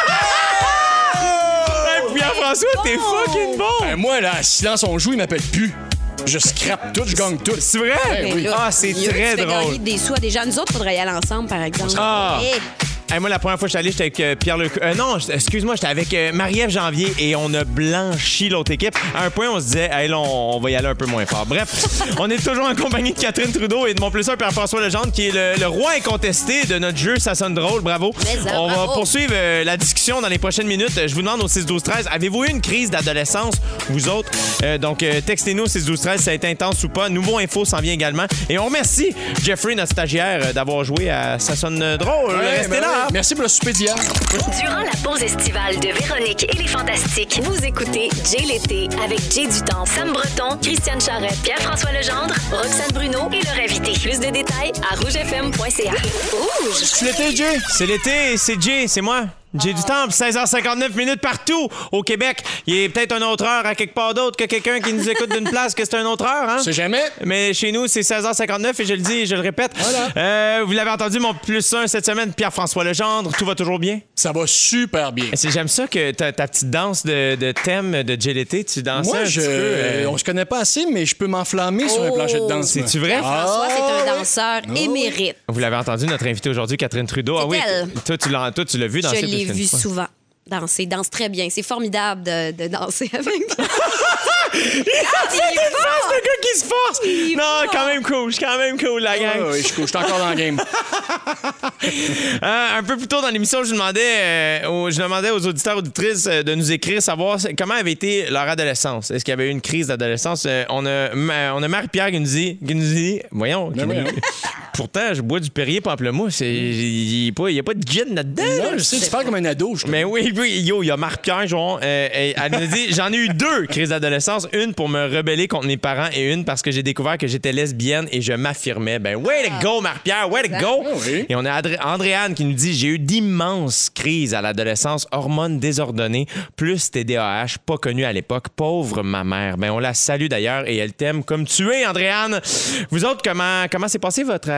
Hey, Pierre-François, t'es fucking bon! Ben, moi, là, silence on joue, il m'appelle plus. Je scrape tout, je gagne tout. C'est vrai? Ben oui. Ah, c'est Il y a très tu fais drôle. gagner des sous à des gens. Nous autres, il faudrait y aller ensemble, par exemple. Ah! Hey. Hey, moi, la première fois que j'étais allé, j'étais avec Pierre-Luc. Non, excuse-moi, j'étais avec Marie-Ève Janvier et on a blanchi l'autre équipe. À un point, on se disait, hey, là, on va y aller un peu moins fort. Bref, on est toujours en compagnie de Catherine Trudeau et de mon plus un Pierre-François Legendre, qui est le roi incontesté de notre jeu. Ça sonne drôle, bravo. Mais ça, on va bravo. poursuivre la discussion dans les prochaines minutes. Je vous demande au 6-12-13, avez-vous eu une crise d'adolescence, vous autres? Donc, textez-nous au 6-12-13 si ça a été intense ou pas. Nouveau info s'en vient également. Et on remercie Jeffrey, notre stagiaire, d'avoir joué à Ça sonne drôle. Ouais, Restez ben là. ouais. hein? Merci pour le souper d'hier. Durant la pause estivale de Véronique et les Fantastiques, vous écoutez Jay l'été avec Jay Dutemps, Sam Breton, Christiane Charrette, Pierre-François Legendre, Roxane Bruno et leur invité. Plus de détails à rougefm.ca. Rouge! C'est l'été, Jay. C'est l'été, c'est Jay, c'est moi. Jay du Temple, 16h59 minutes partout au Québec. Il y a peut-être une autre heure à quelque part d'autre que quelqu'un qui nous écoute d'une place que c'est une autre heure, hein? C'est jamais. Mais chez nous, c'est 16h59 et je le dis et je le répète. Voilà. Vous l'avez entendu, mon plus un cette semaine, Pierre-François Legendre. Tout va toujours bien? Ça va super bien. J'aime ça que ta petite danse de thème de Jay l'été, tu dansais Moi, un petit peu. on se connaît pas assez, mais je peux m'enflammer sur un plancher de danse. C'est-tu vrai? François, c'est un oui. danseur émérite. Vous l'avez entendu, notre invitée aujourd'hui, Catherine Trudeau. C'est ah oui, elle. toi, tu l'as vu danser Je l'ai plus qu'une vu fois. souvent danser. Il danse très bien. C'est formidable de danser avec. C'est le gars qui se force! Il Non, va. quand même cool. Je suis quand même cool, la gang. Oui, je suis encore dans le game. Un peu plus tôt dans l'émission, je demandais aux auditeurs auditrices de nous écrire, savoir comment avait été leur adolescence. Est-ce qu'il y avait eu une crise d'adolescence? On a Marie-Pierre qui nous dit voyons, pourtant, je bois du Perrier pamplemousse. Il n'y a pas de gin là-dedans. Non, là. je sais, tu parles comme un ado. Je Mais oui, yo, il y a Marie-Pierre, genre, elle nous dit j'en ai eu 2 crises d'adolescence, une pour me rebeller contre mes parents et une parce que j'ai découvert que j'étais lesbienne et je m'affirmais. Ben, way to go, Marie-Pierre, way to go! Ah oui. Et on a Andréane qui nous dit j'ai eu d'immenses crises à l'adolescence, hormones désordonnées, plus TDAH, pas connu à l'époque. Pauvre ma mère. Ben, on la salue d'ailleurs et elle t'aime comme tu es, Andréane. Vous autres, comment s'est passée votre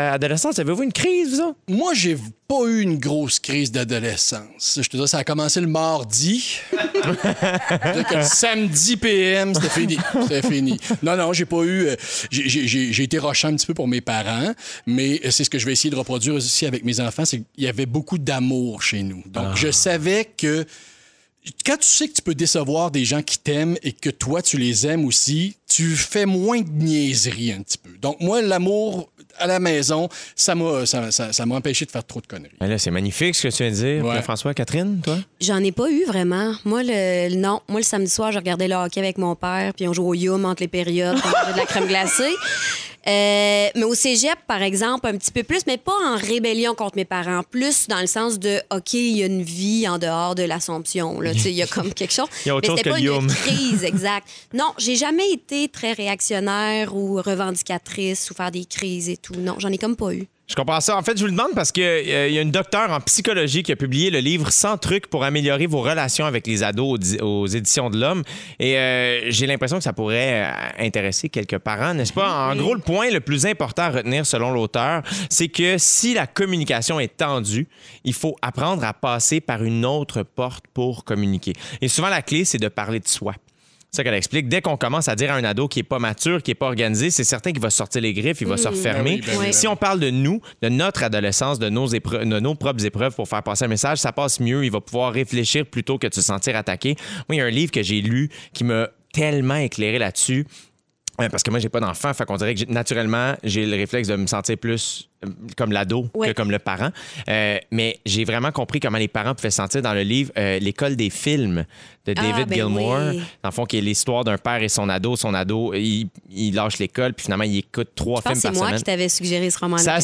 adolescence? Avez-vous une crise, vous autres? Moi, j'ai pas eu une grosse crise d'adolescence. Je te dis, ça a commencé le mardi. Le samedi PM, c'était fini. C'était fini. Non, j'ai pas eu... J'ai été rochant un petit peu pour mes parents, mais c'est ce que je vais essayer de reproduire aussi avec mes enfants, c'est qu'il y avait beaucoup d'amour chez nous. Donc, je savais que quand tu sais que tu peux décevoir des gens qui t'aiment et que toi, tu les aimes aussi, tu fais moins de niaiseries un petit peu. Donc, moi, l'amour à la maison, ça m'a empêché de faire trop de conneries. Ben là, c'est magnifique ce que tu viens de dire. Ouais. François, Catherine, toi? J'en ai pas eu vraiment. Moi, le samedi soir, je regardais le hockey avec mon père, puis on jouait au yum entre les périodes, on mangeait de la crème glacée. Mais au cégep, par exemple, un petit peu plus, mais pas en rébellion contre mes parents, plus dans le sens de, OK, il y a une vie en dehors de l'Assomption. Là, il y a comme quelque chose. Il y a autre mais chose c'était que pas le yum. une crise, exact. Non, j'ai jamais été très réactionnaire ou revendicatrice ou faire des crises et tout. Non, j'en ai comme pas eu. Je comprends ça. En fait, je vous le demande parce qu'il y a une docteure en psychologie qui a publié le livre 100 trucs pour améliorer vos relations avec les ados aux éditions de l'Homme. Et j'ai l'impression que ça pourrait intéresser quelques parents, n'est-ce pas? En gros, le point le plus important à retenir selon l'auteur, c'est que si la communication est tendue, il faut apprendre à passer par une autre porte pour communiquer. Et souvent, la clé, c'est de parler de soi. C'est ça qu'elle explique. Dès qu'on commence à dire à un ado qui est pas mature, qui est pas organisé, c'est certain qu'il va sortir les griffes, il va se refermer. Ben oui. Si on parle de nous, de notre adolescence, de nos propres épreuves pour faire passer un message, ça passe mieux. Il va pouvoir réfléchir plutôt que de se sentir attaqué. Moi, il y a un livre que j'ai lu qui m'a tellement éclairé là-dessus. Parce que moi, j'ai pas d'enfant, fait qu'on dirait que naturellement, j'ai le réflexe de me sentir plus comme l'ado que comme le parent. Mais j'ai vraiment compris comment les parents pouvaient se sentir dans le livre L'école des films de David Gilmour. Oui. Dans le fond, qui est l'histoire d'un père et son ado. Son ado, il lâche l'école, puis finalement, il écoute 3 films par semaine. Je pense que c'est moi qui t'avais suggéré ce roman-là.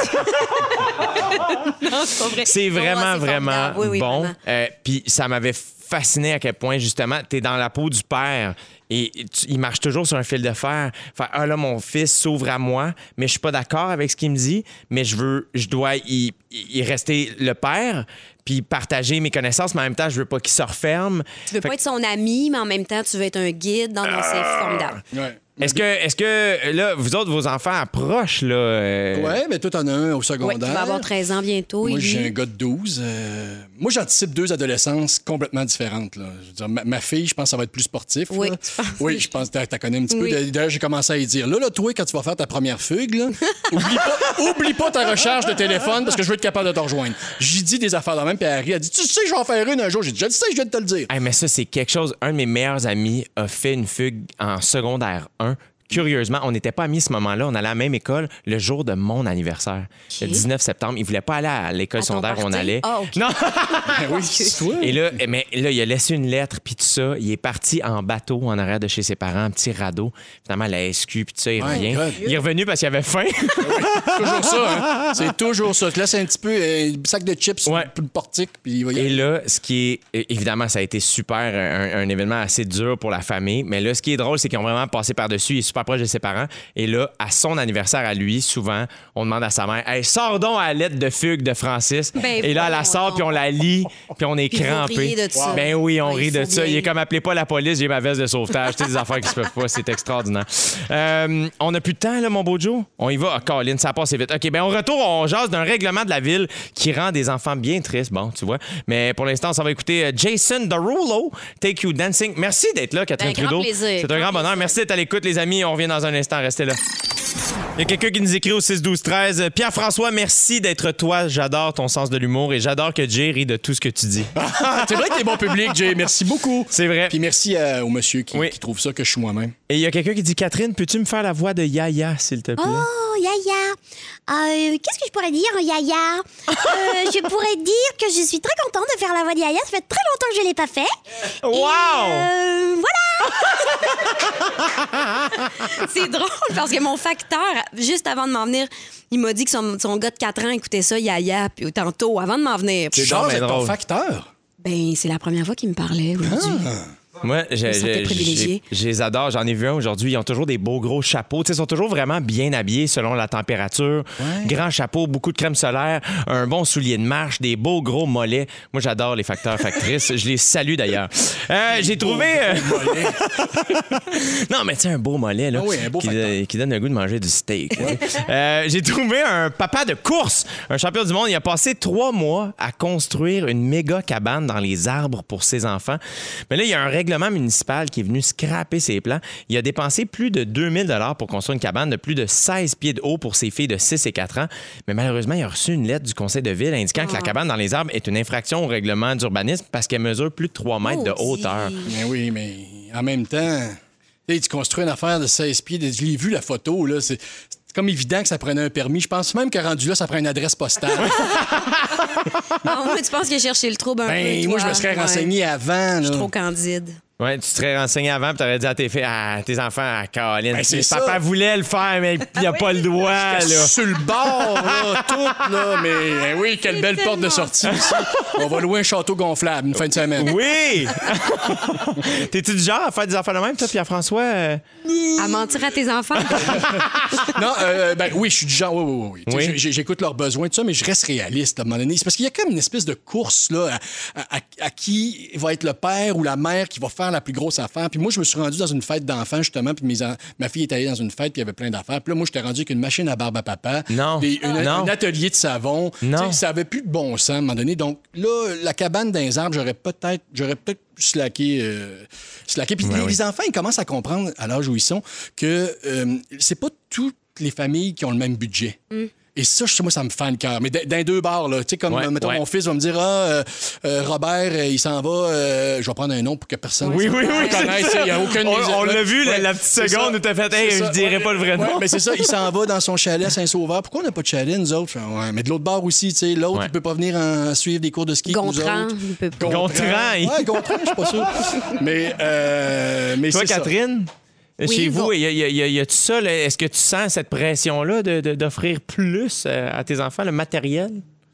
Non, c'est pas vrai. C'est vraiment, vraiment oui, bon. vraiment. Puis ça m'avait fasciné à quel point, justement, t'es dans la peau du père et il marche toujours sur un fil de fer. Fait, là, mon fils s'ouvre à moi, mais je suis pas d'accord avec ce qu'il me dit, mais je dois y rester le père, puis partager mes connaissances, mais en même temps, je veux pas qu'il se referme. Tu veux pas être son ami, mais en même temps, tu veux être un guide. Non, c'est formidable. Ouais. Est-ce que là, vous autres, vos enfants approchent, là? Ouais, mais toi, t'en as un au Oui, secondaire. il va avoir 13 ans bientôt. Moi, lui. j'ai un gars de 12. Moi, j'anticipe 2 adolescences complètement différentes. Là. Je veux dire, ma fille, je pense que ça va être plus sportif. Oui, là. tu penses? Oui, je pense que tu connais un petit Oui. peu. D'ailleurs, j'ai commencé à y dire, là, toi, quand tu vas faire ta première fugue, là, oublie pas ta recharge de téléphone parce que je veux être capable de te rejoindre. J'y dis des affaires de même, puis Harry a dit, tu sais, je vais en faire une un jour. J'ai dit, je le sais, je viens de te le dire. Hey, mais ça, c'est quelque chose. Un de mes meilleurs amis a fait une fugue en secondaire 1. Curieusement, on n'était pas amis à ce moment-là. On allait à la même école le jour de mon anniversaire, le 19 septembre. Il voulait pas aller à l'école À ton secondaire où on party? allait. Ah, OK. Non! Ben oui, c'est toi. Et là, il a laissé une lettre, puis tout ça. Il est parti en bateau en arrière de chez ses parents, un petit radeau. Finalement, la SQ, puis tout ça, il My revient. God. Il est revenu parce qu'il avait faim. C'est toujours ça, hein? C'est toujours ça. Tu laisses un petit peu un sac de chips sur Ouais. le portique, puis il va y Et aller. là, ce qui est... Évidemment, ça a été super, un événement assez dur pour la famille. Mais là, ce qui est drôle, c'est qu'ils ont vraiment passé par-dessus. Il est super proche de ses parents. Et là, à son anniversaire à lui, souvent, on demande à sa mère, « Hey, sors donc à la lettre de fugue de Francis. » Ben, Et là, elle la voyons sort, donc. puis on la lit, puis on est Puis vous crampé. riez de ça. Ben oui, on Ouais, rit il de faut ça. bien. Il est comme, appelez pas la police, j'ai ma veste de sauvetage. Tu sais, des affaires qui se peuvent pas. C'est extraordinaire. On n'a plus de temps, là, mon beau Joe. On y va. Ah, Colin, ça passe vite. OK, ben on retourne, on jase d'un règlement de la ville qui rend des enfants bien tristes. Bon, tu vois. Mais pour l'instant, ça va écouter Jason Derulo, Take You Dancing. Merci d'être là, Catherine Ben, grand Trudeau. plaisir. C'est un grand bonheur. Merci d'être à l'écoute, les amis. On revient dans un instant. Restez là. Il y a quelqu'un qui nous écrit au 6-12-13. Pierre-François, merci d'être toi. J'adore ton sens de l'humour et j'adore que Jay rit de tout ce que tu dis. C'est vrai que t'es bon public, Jay. Merci beaucoup. C'est vrai. Puis merci au monsieur qui trouve ça que je suis moi-même. Et il y a quelqu'un qui dit, Catherine, peux-tu me faire la voix de Yaya, s'il te plaît? Oh, Yaya. Qu'est-ce que je pourrais dire, Yaya? Je pourrais dire que je suis très contente de faire la voix de Yaya. Ça fait très longtemps que je ne l'ai pas fait. Wow! Voilà! C'est drôle parce que mon facteur, juste avant de m'en venir, il m'a dit que son gars de 4 ans écoutait ça, Yaya, puis tantôt, avant de m'en venir. C'est donc genre bien avec ton drôle. facteur. Ben, c'est la première fois qu'il me parlait aujourd'hui. Moi, me sentais privilégiée. je les adore. J'en ai vu un aujourd'hui. Ils ont toujours des beaux gros chapeaux. Tu sais, ils sont toujours vraiment bien habillés selon la température. Ouais. Grand chapeau, beaucoup de crème solaire, un bon soulier de marche, des beaux gros mollets. Moi, j'adore les facteurs factrices. Je les salue d'ailleurs. J'ai trouvé... non, mais tu sais, un beau mollet là, Ah oui, un beau qui donne le goût de manger du steak. J'ai trouvé un papa de course, un champion du monde. Il a passé 3 mois à construire une méga cabane dans les arbres pour ses enfants. Mais là, il y a un règlement municipal qui est venu scraper ses plans. Il a dépensé plus de 2000 $ pour construire une cabane de plus de 16 pieds de haut pour ses filles de 6 et 4 ans. Mais malheureusement, il a reçu une lettre du conseil de ville indiquant que la cabane dans les arbres est une infraction au règlement d'urbanisme parce qu'elle mesure plus de 3 mètres de hauteur. Mais oui, mais en même temps, tu construis une affaire de 16 pieds. Je l'ai vu, la photo, là. C'est comme évident que ça prenait un permis. Je pense même que rendu là, ça prend une adresse postale. Non, moi, tu penses qu'il a cherché le trouble un peu? Moi, toi? je me serais renseigné avant. Je suis là. trop candide. Ouais, tu te serais renseigné avant et t'aurais dit à tes filles, à tes enfants, à Caroline, Ben, c'est ça. papa voulait le faire, mais il n'y a pas le droit, là. Sur le bord, là, tout, là. Mais oui, quelle belle porte de sortie ici. On va louer un château gonflable une fin de semaine. Oui! T'es-tu du genre à faire des affaires de même, toi, Pierre-François? À mentir à tes enfants? Non, oui, je suis du genre, oui. Tu sais, j'écoute leurs besoins, tout ça, mais je reste réaliste à un moment donné. C'est parce qu'il y a comme une espèce de course, là, à qui va être le père ou la mère qui va faire la plus grosse affaire. Puis moi, je me suis rendu dans une fête d'enfants, justement, puis ma fille est allée dans une fête, puis il y avait plein d'affaires. Puis là, moi, j'étais rendu avec une machine à barbe à papa, Non. un atelier de savon. Non. Tu sais, ça avait plus de bon sens à un moment donné. Donc là, la cabane dans les arbres, j'aurais peut-être slacké. Puis les enfants, ils commencent à comprendre, à l'âge où ils sont, que c'est pas toutes les familles qui ont le même budget. Et ça, moi, ça me fait le cœur. Mais dans les deux bars, là, tu sais, comme, mettons, mon fils va me dire, Robert, il s'en va, je vais prendre un nom pour que personne Oui. connaisse. Il n'y a aucun On l'a vu, Ouais, la petite c'est seconde ça. où t'as fait, C'est hey, ça. je dirais pas le vrai nom. Mais c'est ça, il s'en va dans son chalet à Saint-Sauveur. Pourquoi on n'a pas de chalet, nous autres? Ouais, mais de l'autre bar aussi, tu sais, l'autre, il peut pas venir suivre des cours de ski. Gontran, nous autres. il peut pas. Gontran, Ouais, Gontran, je suis pas sûr. Mais Toi, c'est ça. Catherine? Chez vous, y a-tu ça? Là, est-ce que tu sens cette pression-là d'offrir plus à tes enfants, le matériel?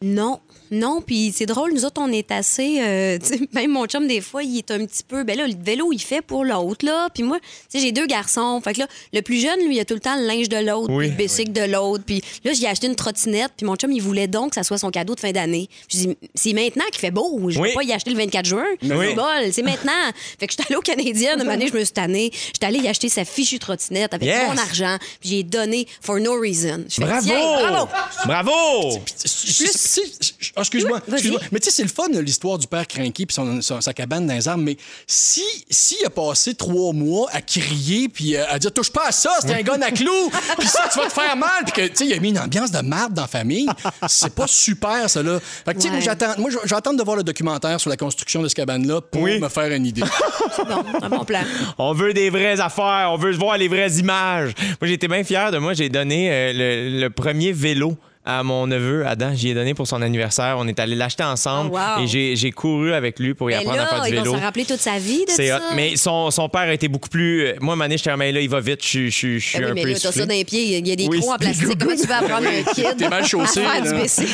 Non, puis c'est drôle, nous autres, on est assez... tu sais, même mon chum, des fois, il est un petit peu... Ben là, le vélo, il fait pour l'autre, là. Puis moi, tu sais, j'ai 2 garçons. Fait que là, le plus jeune, lui, il a tout le temps le linge de l'autre, puis le bicycle de l'autre. Puis là, j'ai acheté une trottinette, puis mon chum, il voulait donc que ça soit son cadeau de fin d'année. Puis je dis, c'est maintenant qu'il fait beau. Je vais pas y acheter le 24 juin. C'est bol, c'est maintenant. Fait que je suis allée au Canadien, une année, je me suis tannée. J'étais allée y acheter sa fichue trottinette avec mon argent, puis j'ai donné for no reason. Je fais, Bravo! tiens, Bravo! Excuse-moi. Vas-y. Mais tu sais, c'est le fun, l'histoire du père crinqué puis sa cabane dans les arbres. Mais s'il a passé 3 mois à crier puis à dire « touche pas à ça, c'est un gun à clous, puis ça, tu vas te faire mal. » Puis que, tu sais, il a mis une ambiance de marde dans la famille. C'est pas super, ça, là. Fait que, tu sais, moi, j'attends de voir le documentaire sur la construction de cette cabane-là pour me faire une idée. c'est bon, un bon plan. On veut des vraies affaires, on veut voir les vraies images. Moi, j'étais bien fier de moi. J'ai donné le premier vélo à mon neveu, Adam. J'y ai donné pour son anniversaire. On est allé l'acheter ensemble et j'ai couru avec lui pour y apprendre à faire du vélo. Il va s'en rappeler toute sa vie de C'est ça. hot. Mais son père a été beaucoup plus... Moi, à un moment donné, j'étais là, il va vite, je suis un peu mais là, t'as essoufflé. ça dans les pieds, il y a des crocs en plastique. Comment tu vas apprendre un kid T'es mal chaussé, à faire là. du bicycle?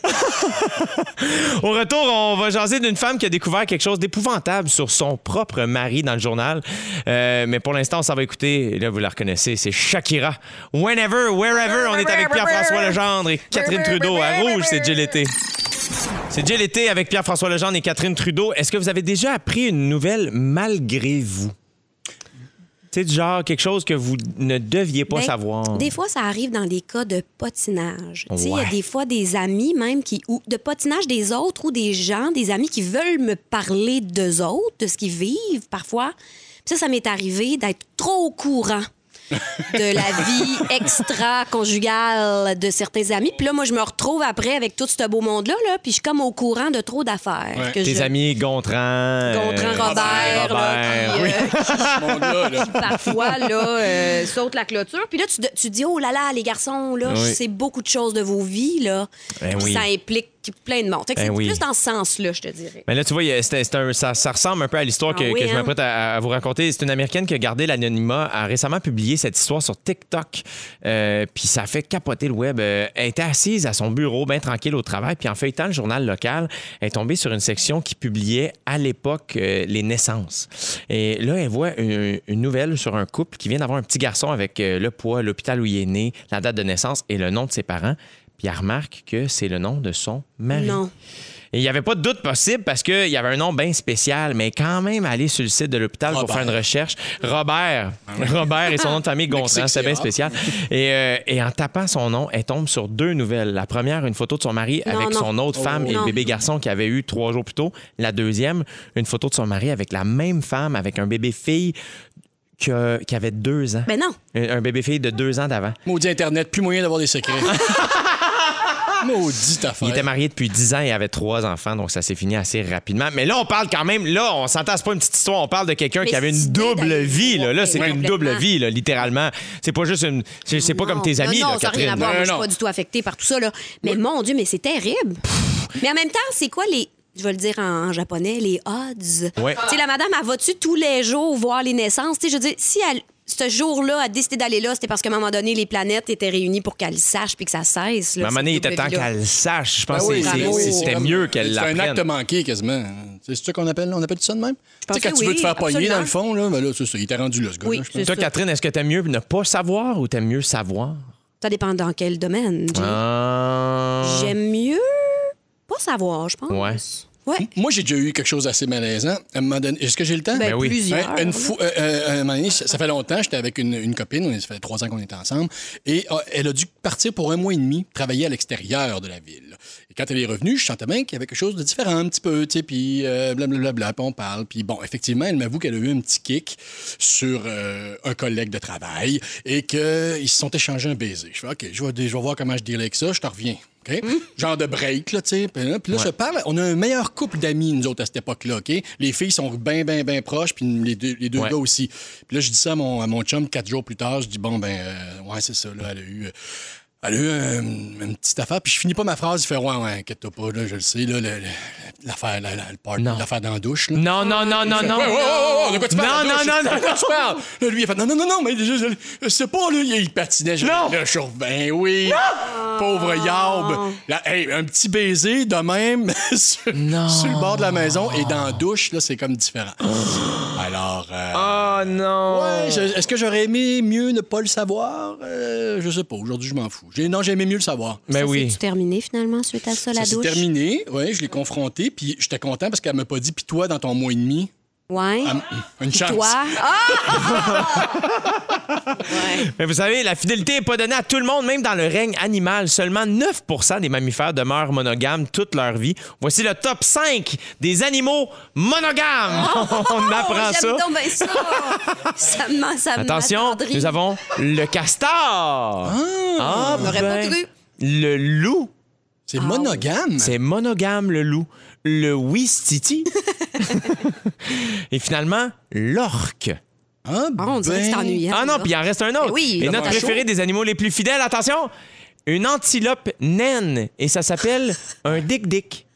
Au retour, on va jaser d'une femme qui a découvert quelque chose d'épouvantable sur son propre mari dans le journal. Mais pour l'instant, on s'en va écouter. Et là, vous la reconnaissez, c'est Shakira. Whenever, wherever, on est avec Pierre-François Legendre et Catherine Trudeau. À Rouge, c'est Jill Été. C'est Jill Été avec Pierre-François Legendre et Catherine Trudeau. Est-ce que vous avez déjà appris une nouvelle malgré vous? C'est du genre quelque chose que vous ne deviez pas savoir. Des fois, ça arrive dans des cas de potinage. Tu sais, il y a Ouais. des fois des amis même ou de potinage des autres ou des gens, des amis qui veulent me parler d'eux autres, de ce qu'ils vivent parfois. Puis ça m'est arrivé d'être trop au courant de la vie extra-conjugale de certains amis. Puis là, moi, je me retrouve après avec tout ce beau monde-là, là, puis je suis comme au courant de trop d'affaires. Ouais. que Tes amis Gontran... Robert, là, oui. Ce monde-là, là. qui parfois là, saute la clôture. Puis là, tu dis, oh là là, les garçons, là, Oui. je sais beaucoup de choses de vos vies. Là. Ben Puis oui. ça implique plein de monde. Fait que Ben c'est oui. plus dans ce sens-là, je te dirais. Mais là, tu vois, ça ressemble un peu à l'histoire que oui, je m'apprête à vous raconter. C'est une Américaine qui a gardé l'anonymat, a récemment publié cette histoire sur TikTok. Puis ça a fait capoter le web. Elle était assise à son bureau, bien tranquille au travail. Puis en feuilletant le journal local, elle est tombée sur une section qui publiait à l'époque les naissances. Et là, elle voit une nouvelle sur un couple qui vient d'avoir un petit garçon avec le poids, l'hôpital où il est né, la date de naissance et le nom de ses parents. Puis elle remarque que c'est le nom de son mari. Non. Et il n'y avait pas de doute possible parce qu'il y avait un nom bien spécial, mais quand même aller sur le site de l'hôpital pour faire une recherche. Robert et son nom de famille Gontran, c'était bien spécial. Et en tapant son nom, elle tombe sur 2 nouvelles. La première, une photo de son mari avec son autre femme et le bébé garçon qu'il avait eu 3 jours plus tôt. La deuxième, une photo de son mari avec la même femme, avec un bébé fille qui avait 2 ans. Ben non. Un bébé fille de 2 ans d'avant. Maudit Internet, plus moyen d'avoir des secrets. Maudite affaire. Il était marié depuis 10 ans et avait 3 enfants, donc ça s'est fini assez rapidement. Mais là, on parle quand même, là, on s'entend, c'est pas une petite histoire, on parle de quelqu'un Mais qui avait une cette idée double d'aller vie. voir, Là, c'est oui, une complètement. double vie, là, littéralement. C'est pas juste une. C'est pas comme tes amis, non, là, ça n'a rien à Catherine. voir. Moi, je suis Non. pas du tout affectée par tout ça. Là. Mais mon Dieu, mais c'est terrible. Mais en même temps, c'est quoi les... Je vais le dire en japonais, les odds. Ouais. Tu sais, la madame, elle va-tu tous les jours voir les naissances? Tu sais, je veux dire, si elle, ce jour-là, a décidé d'aller là, c'était parce qu'à un moment donné, les planètes étaient réunies pour qu'elle le sache puis que ça cesse. À Là, un moment donné, il cette était temps double vie-là. qu'elle le sache. Je pense Ben oui, que bravo. c'était comme- mieux qu'elle C'est un l'apprenne. acte manqué quasiment. C'est ça qu'on appelle? On appelle ça de même? Tu sais, que quand tu veux oui, te faire pogner absolument. dans le fond, là, ben là, c'est ça. Il était rendu là, ce gars-là, Oui, je pense. c'est Toi, ça. Catherine, est-ce que t'aimes mieux ne pas savoir ou t'aimes mieux savoir? Ça dépend dans quel domaine. J'aime mieux pas savoir, je pense. Ouais. Ouais. Moi, j'ai déjà eu quelque chose d'assez malaisant. À un moment donné, est-ce que j'ai le temps? Ben, oui. plusieurs. Une fois, à un moment donné, ça fait longtemps, j'étais avec une copine, ça fait 3 ans qu'on était ensemble, et elle a dû partir pour 1 mois et demi travailler à l'extérieur de la ville. Et quand elle est revenue, je sentais bien qu'il y avait quelque chose de différent un petit peu, tu sais, puis blablabla, puis on parle. Puis bon, effectivement, elle m'avoue qu'elle a eu un petit kick sur un collègue de travail et qu'ils se sont échangés un baiser. Je fais, OK, je vais voir comment je deal avec ça, je te reviens. OK? Genre de break, là, tu sais. Puis là, je parle, on a un meilleur couple d'amis, nous autres, à cette époque-là, OK? Les filles sont bien proches, puis les deux Ouais. gars aussi. Puis là, je dis ça à mon chum 4 jours plus tard. Je dis, bon, ouais, c'est ça, là, elle a eu une petite affaire, puis je finis pas ma phrase, il fait, ouais, inquiète-toi pas, là, je le sais, là, l'affaire, le party, Non. l'affaire dans la douche, là. Non. Ouais, de quoi tu parles? Non, la douche? non, De quoi tu parles? Là, lui, il a fait, non, mais je sais pas, là, il patinait. Non. Là, je suis ben oui. Pauvre Yarb. Là, hey, un petit baiser de même sur le bord de la maison et dans la douche, là, c'est comme différent. Alors, Oh non! ouais, est-ce que j'aurais aimé mieux ne pas le savoir? Je sais pas. Aujourd'hui, je m'en fous. Non, j'ai aimé mieux le savoir. Mais Ça oui. s'est-tu terminé finalement suite à ça, la Ça s'est douche? terminé. Oui, je l'ai confronté. Puis j'étais content parce qu'elle m'a pas dit, puis toi, dans ton mois et demi, Ouais. une chance. Toi? Ouais. Mais vous savez, la fidélité n'est pas donnée à tout le monde, même dans le règne animal. Seulement 9% des mammifères demeurent monogames toute leur vie. Voici le top 5 des animaux monogames. On apprend ça. J'aime donc bien ça. ça Attention, m'attendrit. nous avons le castor. Ah, on n'aurait pas cru. Le loup. C'est monogame. C'est monogame, le loup. Le ouistiti. Et finalement, l'orque. Ah, On dirait que c'est ennuyant. Ah non, là. puis il en reste un autre. Mais oui, Et là, notre t'as préféré chaud. des animaux les plus fidèles, attention, une antilope naine. Et ça s'appelle un dick-dick.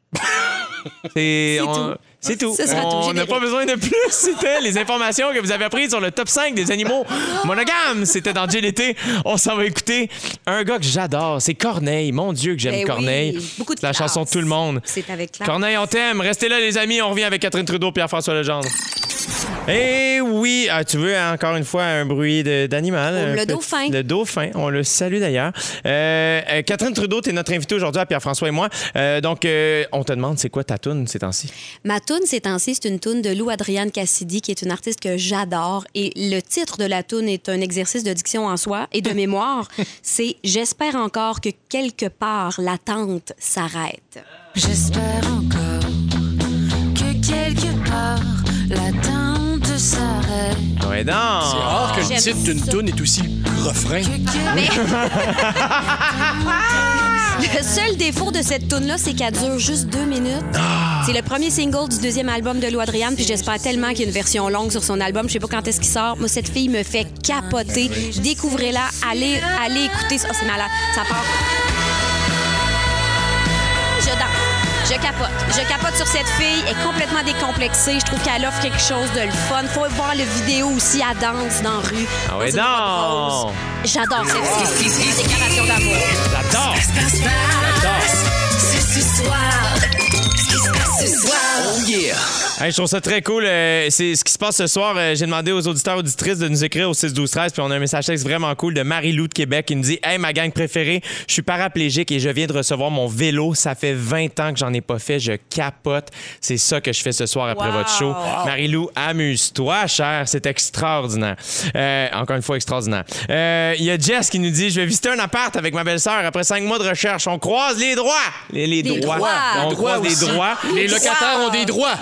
C'est tout. Ce sera tout. On n'a Générique. pas besoin de plus. C'était les informations que vous avez apprises sur le top 5 des animaux monogames. C'était dans JLT. On s'en va écouter un gars que j'adore. C'est Corneille. Mon Dieu, que j'aime Ben oui, Corneille. beaucoup de C'est la classe. chanson de tout le monde. C'est avec classe. Corneille, on t'aime. Restez là, les amis. On revient avec Catherine Trudeau, Pierre-François Legendre. Eh oui, tu veux encore une fois un bruit d'animal? Oh, le Un dauphin. Le dauphin, on le salue d'ailleurs. Catherine Trudeau, tu es notre invitée aujourd'hui à Pierre-François et moi. Donc, on te demande, c'est quoi ta toune ces temps-ci? Ma toune ces temps-ci, c'est une toune de Lou Adrienne Cassidy, qui est une artiste que j'adore. Et le titre de la toune est un exercice de diction en soi et de mémoire. C'est « J'espère encore que quelque part l'attente s'arrête ». J'espère encore que quelque part l'attente s'arrête. Ouais, C'est rare que le J'aime titre d'une ça. toune est aussi le refrain. Le seul défaut de cette toune-là, c'est qu'elle dure juste 2 minutes. C'est le premier single du 2e album de Lou Adrienne, puis j'espère tellement qu'il y a une version longue sur son album. Je sais pas quand est-ce qu'il sort. Moi, cette fille me fait capoter. Découvrez-la, allez écouter ça. Oh, c'est malade. Ça part. je danse. Je capote sur cette fille. Elle est complètement décomplexée. Je trouve qu'elle offre quelque chose de le fun. Faut voir le vidéo aussi. Elle danse dans la rue. Ah ouais, dans une robe non! rose. J'adore cette fille. Une déclaration d'amour. J'adore! C'est ce soir. Ce qui se passe ce soir. Oh yeah! Hey, je trouve ça très cool. C'est ce qui se passe ce soir. J'ai demandé aux auditeurs et auditrices de nous écrire au 6-12-13, puis on a un message texte vraiment cool de Marie-Lou de Québec qui nous dit « Hey, ma gang préférée, je suis paraplégique et je viens de recevoir mon vélo. Ça fait 20 ans que j'en ai pas fait. Je capote. C'est ça que je fais ce soir après votre show. Marie-Lou, amuse-toi, chère. C'est extraordinaire. Encore une fois, extraordinaire. Il y a Jess qui nous dit « Je vais visiter un appart avec ma belle-sœur. Après 5 mois de recherche, on croise les droits. » Les droits. On croise les droits. Les locataires ont des droits.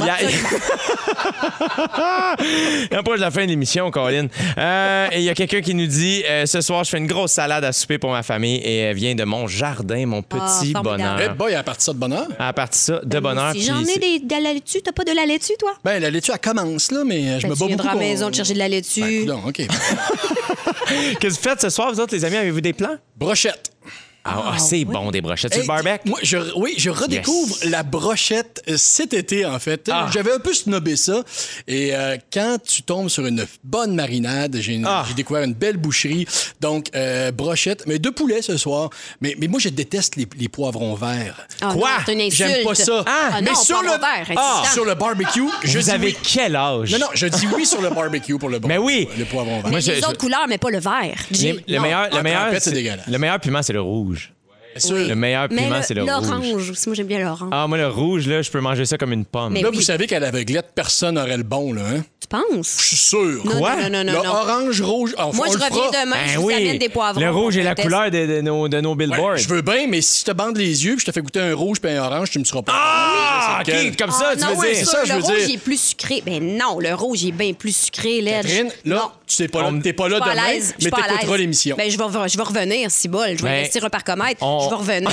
On approche de la fin de l'émission, Colin. Et il y a quelqu'un qui nous dit ce soir, je fais une grosse salade à souper pour ma famille et elle vient de mon jardin, mon petit bonheur. Eh boy, elle a parti ça de bonheur. Elle a parti ça de bonheur. Si j'en ai de la laitue, t'as pas de la laitue, toi? Ben, la laitue, elle commence, là, mais je me bats Tu beaucoup. viendras à la maison te chercher de la laitue. Ben, coudonc, OK. Qu'est-ce que vous faites ce soir, vous autres, les amis? Avez-vous des plans? Brochette. C'est bon, des brochettes. Sur le barbecue? Moi, je redécouvre la brochette cet été, en fait. J'avais un peu snobé ça. Et quand tu tombes sur une bonne marinade, j'ai découvert une belle boucherie. Donc, brochette, mais de poulet ce soir. Mais moi, je déteste les poivrons verts. Ah, Quoi? non, c'est une insulte. J'aime pas ça. Mais mais sur sur le barbecue, je Vous dis avez oui. quel âge? Non, je dis oui sur le barbecue pour le Mais oui. Le poivron vert. Moi, les autres couleurs, mais pas le vert. Le meilleur, trempette, c'est dégueulasse. le meilleur piment, c'est le rouge. Sûr. Le meilleur Mais piment, c'est le rouge. l'orange aussi. Moi, j'aime bien l'orange. Ah, moi, le rouge, là, je peux manger ça comme une pomme. Mais Là, oui. vous savez qu'à l'aveuglette, personne n'aurait le bon, là, hein? Tu penses? Je suis sûr. Non, Quoi? non. Le orange, rouge, Moi, je reviens demain, je vous amène des poivrons. Le rouge est la Teste. couleur de nos billboards. Je veux bien, mais si je te bandes les yeux puis je te fais goûter un rouge puis un orange, tu me seras pas. Ah, Oui, je sais OK, lequel. comme ça, tu non, veux dire. c'est ça, sûr, je le veux rouge, dire. il est plus sucré. Ben non, le rouge, il est bien plus sucré, Ledge. Catherine, là, Non. tu sais pas là, t'es pas là Je suis pas à demain, l'aise, je mais suis pas à t'écouteras l'aise. l'émission. Ben, je vais revenir, si bol. Je vais Ben, investir un parcomètre. on- Je vais revenir.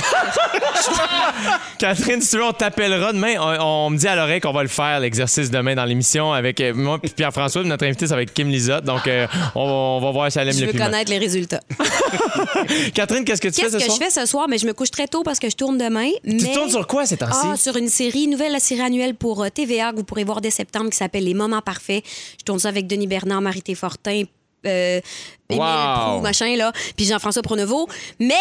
Catherine, si tu veux, on t'appellera demain. On me dit à l'oreille qu'on va le faire, l'exercice demain dans l'émission avec moi et Pierre-François. Notre invité, c'est avec Kim Lizotte. Donc, on va voir si elle aime Je le veux piment. connaître les résultats. Catherine, qu'est-ce que tu fais Qu'est-ce ce que soir? je fais ce soir? Mais je me couche très tôt parce que je tourne demain. Tu tournes sur quoi ces temps-ci? Sur une nouvelle série annuelle pour TVA que vous pourrez voir dès septembre qui s'appelle Les Moments Parfaits. Je tourne ça avec Denis Bernard, Marité Fortin, Émile Proulx, machin, là, puis Jean-François Pronovo. Mais,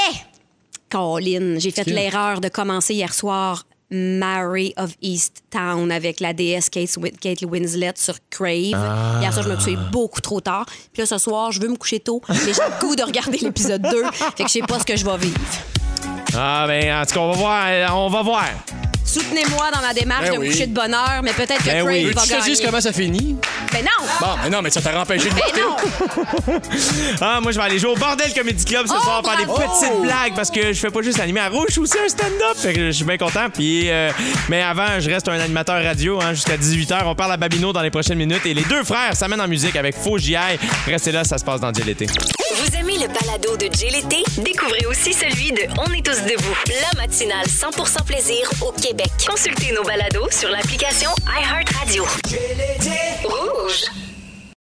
Colin, j'ai fait l'erreur de commencer hier soir Mary of Easttown avec la déesse Kate Winslet sur Crave. Hier soir, je me couchais beaucoup trop tard. Puis là, ce soir, je veux me coucher tôt, mais j'ai le goût de regarder l'épisode 2. Fait que je sais pas ce que je vais vivre. Ah, ben, en tout cas, on va voir. On va voir. Soutenez-moi dans ma démarche Ben de me oui. coucher de bonne heure, mais peut-être que Ben Crave oui. va Tu te gagner. dis comment ça finit? Ben non! Bon, mais non, mais ça t'a empêché de Ben l'écouter. non! Ah, moi, je vais aller jouer au Bordel Comedy Club ce soir, faire des bravo! petites blagues parce que je fais pas juste animer à Rouge, je suis aussi un stand-up. Fait que je suis bien content. Puis, mais avant, je reste un animateur radio jusqu'à 18h. On parle à Babino dans les prochaines minutes. Et les deux frères s'amènent en musique avec Faux J.I. Restez là, ça se passe dans Dieu l'été. Vous aimez le balado de Jay l'été? Découvrez aussi celui de On est tous debout, la matinale 100% plaisir au Québec. Consultez nos balados sur l'application iHeartRadio.